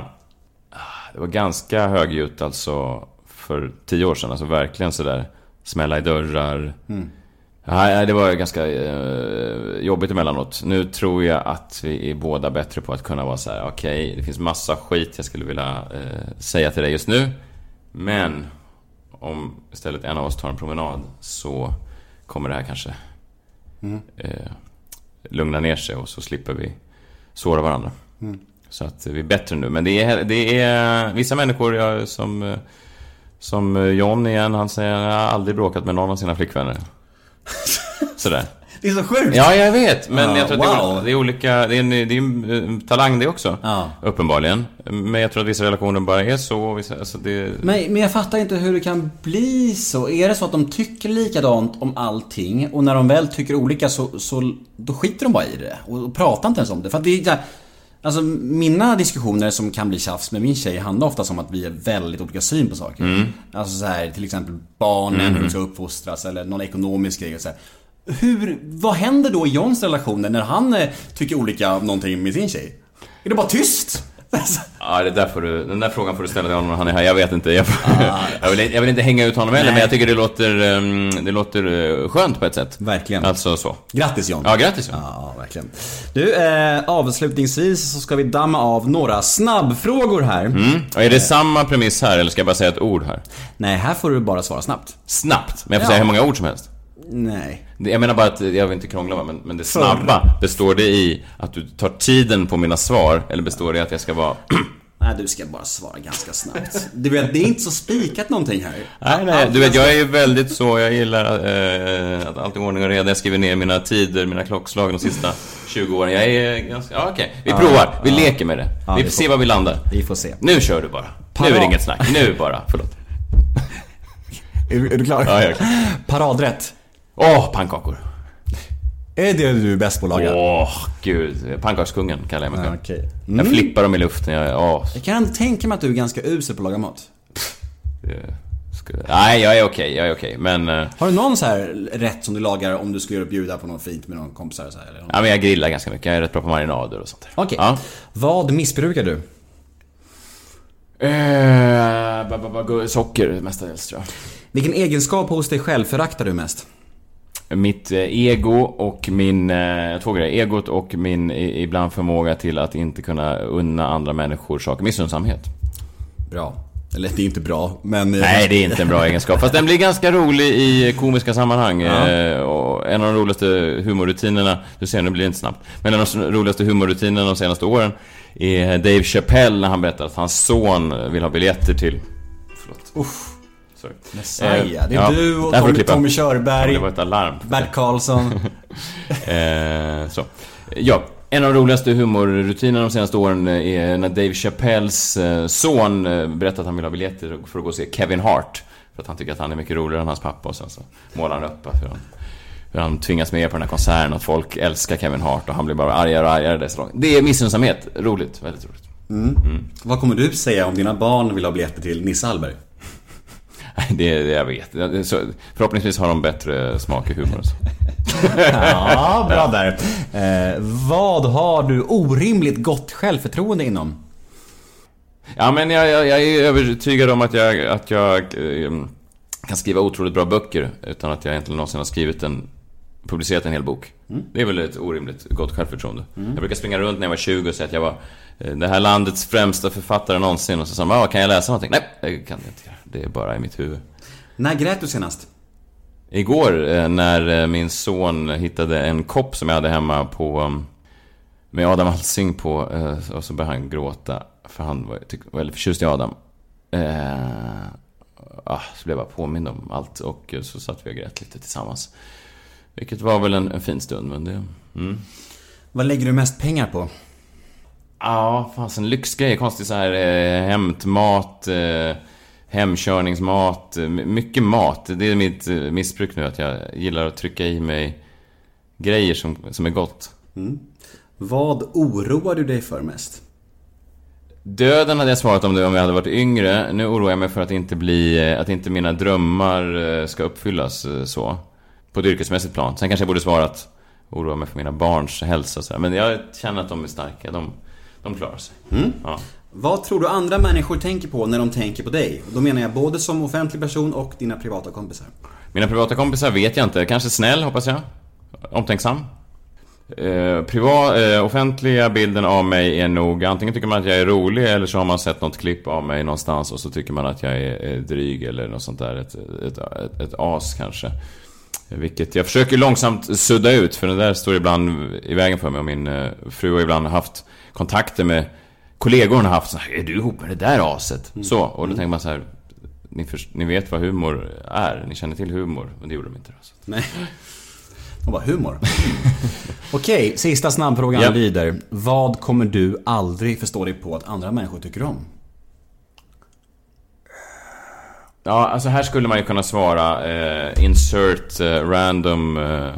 Det var ganska högljutt alltså för tio år sedan, alltså verkligen så där smälla i dörrar. Mm. Ja, det var ganska eh, jobbigt emellanåt. Nu tror jag att vi är båda bättre på att kunna vara så här: okej, okay, det finns massa skit jag skulle vilja eh, säga till dig just nu, men om istället en av oss tar en promenad så kommer det här kanske mm. eh, lugna ner sig och så slipper vi såra varandra. Mm. Så att vi är bättre nu. Men det är, det är vissa människor jag, som Som John igen, han säger jag har aldrig bråkat med någon av sina flickvänner. Sådär. Det är så sjukt. Ja, jag vet. Men uh, jag tror att wow. det är olika. Det är en, det är en talang det också, uh. uppenbarligen. Men jag tror att vissa relationer bara är så. Vissa, alltså det... men, men jag fattar inte hur det kan bli så. Är det så att de tycker likadant om allting, och när de väl tycker olika så, så då skiter de bara i det och, och pratar inte ens om det? För att det är... Alltså mina diskussioner som kan bli tjafs med min tjej handlar ofta om att vi är väldigt olika syn på saker. Mm. Alltså så här, till exempel barnen, mm. hur de ska uppfostras eller någon ekonomisk grej och så här. Hur, vad händer då i Johns relationer när han tycker olika om någonting med sin tjej? Är det bara tyst? Ja, det där får du, den där frågan får du ställa till honom när han är här. Jag vet inte. Jag, ah. jag, vill, jag vill inte hänga ut honom heller, men jag tycker det låter, um, det låter skönt på ett sätt. Verkligen. Alltså så. Grattis John. Ja, grattis John. Ja, verkligen. Du, eh, avslutningsvis så ska vi damma av några snabbfrågor här. Mm. Och är det eh. samma premiss här eller ska jag bara säga ett ord här? Nej, här får du bara svara snabbt. Snabbt? Men jag får ja. säga hur många ord som helst. Nej. Jag menar bara att jag vill inte krångla, men, men det snabba, består det i att du tar tiden på mina svar, eller består det i att jag ska vara... Nej, du ska bara svara ganska snabbt. Du vet, det är inte så spikat någonting här. Nej, nej, du vet, jag är ju väldigt så, jag gillar eh, att allt är ordning och reda. Jag skriver ner mina tider, mina klockslag de sista tjugo åren. Jag är ganska, ja okej, vi ja, provar, vi ja. leker med det. Ja, vi får se var vi landar. Vi får se. Nu kör du bara. Parad. Nu är det inget snack, nu bara, förlåt. är, är du klar? Ja, jag är klar. Paradrätt. Åh, oh, pannkakor. Är det du är bäst på att laga? Åh, oh, gud. Pannkakskungen kallar jag mig själv. Okay. Mm. Jag flippar dem i luften. Jag, oh. jag kan ändå tänka mig att du är ganska usel på att laga mat. Ska... Nej, jag är okej, okay, jag är okej. Okay. Men uh... har du någon så här rätt som du lagar om du ska göra bjuda på något fint med någon kompisar så här, eller något? Ja, men jag grillar ganska mycket. Jag är rätt bra på marinader och sånt. Okej. Okay. Ja. Vad missbrukar du? Uh, socker mestadels, tror jag. Vilken egenskap hos dig själv föraktar du mest? Mitt ego och min eh, två grejer, egot och min i, ibland förmåga till att inte kunna unna andra människor saker, missunnsamhet. Bra. Eller det är inte bra, men... Nej, det är inte en bra egenskap. Fast den blir ganska rolig i komiska sammanhang. Ja. eh, och En av de roligaste humorrutinerna, du ser, nu blir det inte snabbt, men en av de roligaste humorrutinerna de senaste åren är Dave Chappelle när han berättar att hans son vill ha biljetter till... Förlåt. Uff. Sorry. Messiah, det är ja, du och Tommy, Tommy Körberg. Det var ett alarm. Bert Karlsson. eh, så. Ja, en av de roligaste humorrutinerna de senaste åren är när Dave Chappelles son berättar att han vill ha biljetter för att gå och se Kevin Hart. För att han tycker att han är mycket roligare än hans pappa. Och sen så målar han upp hur han, hur han tvingas med på den här konserten. Att folk älskar Kevin Hart och han blir bara argare och argare. Det är missunnsamhet. Roligt, väldigt roligt. Mm. Mm. Vad kommer du säga om dina barn vill ha biljetter till Nisse Hallberg? Det, det jag vet. Så, förhoppningsvis har de bättre smak i humor. Ja, bra där. Eh, vad har du orimligt gott självförtroende inom? Ja, men jag, jag, jag är övertygad om att jag, att jag eh, kan skriva otroligt bra böcker utan att jag egentligen någonsin har skrivit en, publicerat en hel bok. Mm. Det är väl ett orimligt gott självförtroende. Mm. Jag brukar springa runt när jag var tjugo och säga att jag var eh, det här landets främsta författare någonsin. Och så sa man, kan jag läsa någonting? Nej, det kan jag inte göra. Det är bara i mitt huvud. När grät du senast? Igår eh, när eh, min son hittade en kopp som jag hade hemma på um, med Adam Alsing på eh, och så började han gråta för han var, tyck, var väldigt förtjust i Adam. Eh, ah, så blev jag påmind om allt och så satt vi och grät lite tillsammans. Vilket var väl en, en fin stund, men det... Mm. Vad lägger du mest pengar på? Ja, fanns en lyxgrej, konstigt så här eh, hämtmat, eh, hemkörningsmat, mycket mat. Det är mitt eh, missbruk nu, att jag gillar att trycka i mig grejer som, som är gott. Mm. Vad oroar du dig för mest? Döden hade jag svarat om det om jag hade varit yngre. Nu oroar jag mig för att inte bli, att inte mina drömmar ska uppfyllas så. På ett yrkesmässigt plan. Sen kanske jag borde svara att oroa mig för mina barns hälsa så här. Men jag känner att de är starka. De, de klarar sig. Mm. Ja. Vad tror du andra människor tänker på när de tänker på dig? Då menar jag både som offentlig person och dina privata kompisar. Mina privata kompisar vet jag inte. Kanske snäll, hoppas jag. Omtänksam. Eh, privat, eh, offentliga bilden av mig är nog, antingen tycker man att jag är rolig eller så har man sett något klipp av mig någonstans och så tycker man att jag är, är dryg eller något sånt där, ett, ett, ett, ett as kanske. Vilket jag försöker långsamt sudda ut, för det där står ibland i vägen för mig. Och min eh, fru har ibland haft kontakter med kollegor har haft så här, är du ihop med det där aset? Mm. Så, och då tänker man så här, ni, för, ni vet vad humor är, ni känner till humor, men det gjorde de inte då, så. Nej. Och bara humor. Okej, sista snabbfrågan yep. lyder: vad kommer du aldrig förstå dig på att andra människor tycker om? Ja, alltså här skulle man ju kunna svara eh, insert eh, random eh,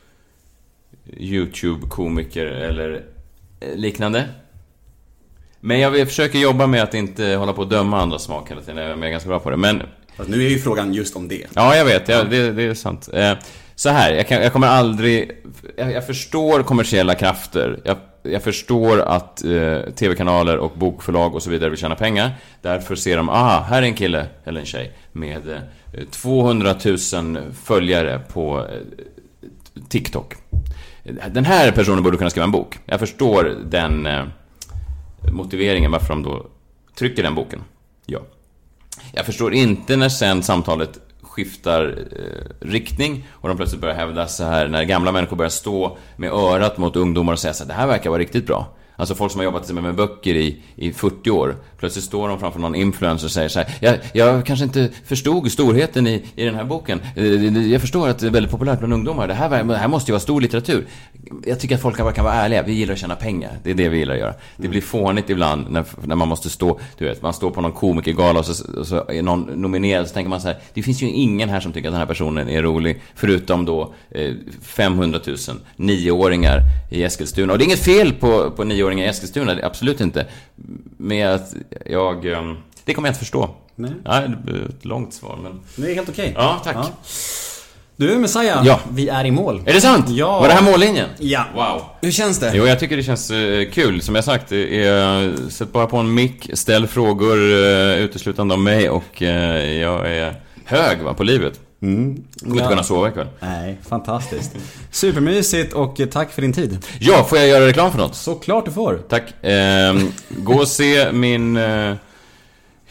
YouTube-komiker eller eh, liknande. Men jag försöker jobba med att inte hålla på att döma andra smak hela tiden. Jag är ganska bra på det, men... Fast nu är ju frågan just om det. Ja, jag vet, ja, det, det är sant. eh, Så här, jag, kan, jag kommer aldrig... Jag, jag förstår kommersiella krafter. Jag, jag förstår att eh, tv-kanaler och bokförlag och så vidare vill tjäna pengar. Därför ser de, aha, här är en kille eller en tjej med eh, tvåhundratusen följare på eh, TikTok. Den här personen borde kunna skriva en bok. Jag förstår den eh, motiveringen varför de då trycker den boken. Ja. Jag förstår inte när sen samtalet skiftar eh, riktning och de plötsligt börjar hävda så här, när gamla människor börjar stå med örat mot ungdomar och säga så här, det här verkar vara riktigt bra. Alltså folk som har jobbat med böcker i, i fyrtio år. Plötsligt står de framför någon influencer och säger så här, jag, jag kanske inte förstod storheten i, i den här boken. Jag förstår att det är väldigt populärt bland ungdomar. Det här, det här måste ju vara stor litteratur. Jag tycker att folk kan, kan vara ärliga. Vi gillar att tjäna pengar. Det är det vi gillar att göra. Det blir fånigt ibland när, när man måste stå, du vet, man står på någon komikergala och så, och så är någon nominerad, så tänker man så här, det finns ju ingen här som tycker att den här personen är rolig, förutom då eh, femhundratusen nioåringar i Eskilstuna. Och det är inget fel på, på nioåringar i Eskilstuna, det är absolut inte. Men att jag, um, det kommer jag inte förstå. Nej. Ja, det blir ett långt svar, men... Det är helt okej. Ja, tack. Ja. Du, Messiah, ja. Vi är i mål. Är det sant? Ja. Var det här mållinjen? Ja. Wow. Hur känns det? Jo, jag tycker det känns uh, kul. Som jag sagt, det är, sätt bara på en mick, ställ frågor uh, uteslutande om mig och uh, jag är hög va, på livet. Mm. Kommer inte kunna sova ikväll. Nej, fantastiskt. Supermysigt och tack för din tid. Ja, får jag göra reklam för något? Såklart du får. Tack. Eh, gå och se min... Eh,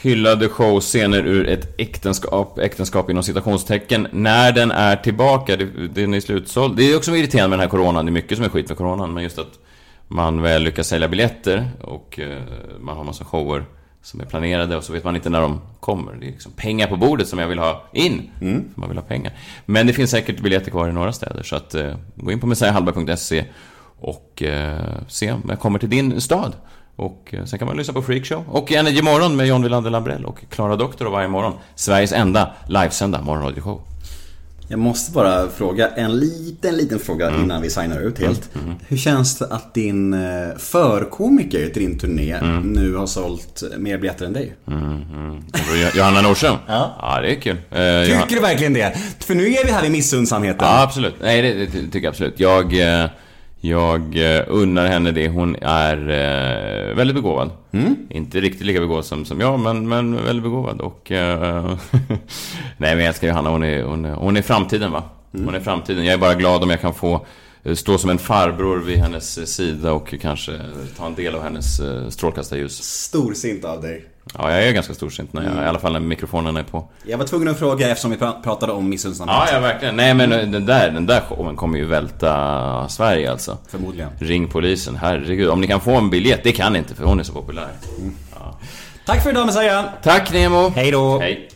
hyllade showscener ur ett äktenskap, äktenskap inom citationstecken, när den är tillbaka. Det, den är slutsåld. Det är också irriterande med den här coronan. Det är mycket som är skit med coronan, men just att man väl lyckas sälja biljetter och eh, man har massa shower som är planerade och så vet man inte när de kommer. Det är liksom pengar på bordet som jag vill ha in. Mm. För man vill ha pengar. Men det finns säkert biljetter kvar i några städer, så att eh, gå in på messiah hallberg punkt se och eh, se om jag kommer till din stad. Och eh, sen kan man lyssna på Freakshow och Energy Morgon med John Wilander Lambrell och Klara Doktor och varje morgon Sveriges enda livesända morgonradioshow. Jag måste bara fråga en liten, liten fråga mm. innan vi signar ut helt. Mm. Mm. Hur känns det att din förkomiker till din turné mm. nu har sålt mer biljetter än dig? Mm. Mm. Johanna Nordström? Ja. Ja, det är kul. Uh, tycker Johanna... du verkligen det? För nu är vi här i missundsamheten. Ja, absolut. Nej, det, det tycker jag absolut. Jag... Uh... Jag unnar henne det. Hon är eh, väldigt begåvad. Mm. Inte riktigt lika begåvad som, som jag, men, men väldigt begåvad. Och, eh, nej, men jag älskar Johanna. Hon är, hon är, hon är framtiden, va? Hon är framtiden. Jag är bara glad om jag kan få stå som en farbror vid hennes sida och kanske ta en del av hennes strålkastarljus. Storsint av dig. Ja, jag är ganska storsint när jag, mm. i alla fall när mikrofonen är på. Jag var tvungen att fråga eftersom vi pratade om missundsamhet. Ja, ja, verkligen. Nej, men den där, den där showen kommer ju välta Sverige alltså. Förmodligen. Ring polisen, herregud. Om ni kan få en biljett, det kan ni inte för hon är så populär. Mm. Ja. Tack för idag, Messiah. Tack, Nemo. Hej då. Hej.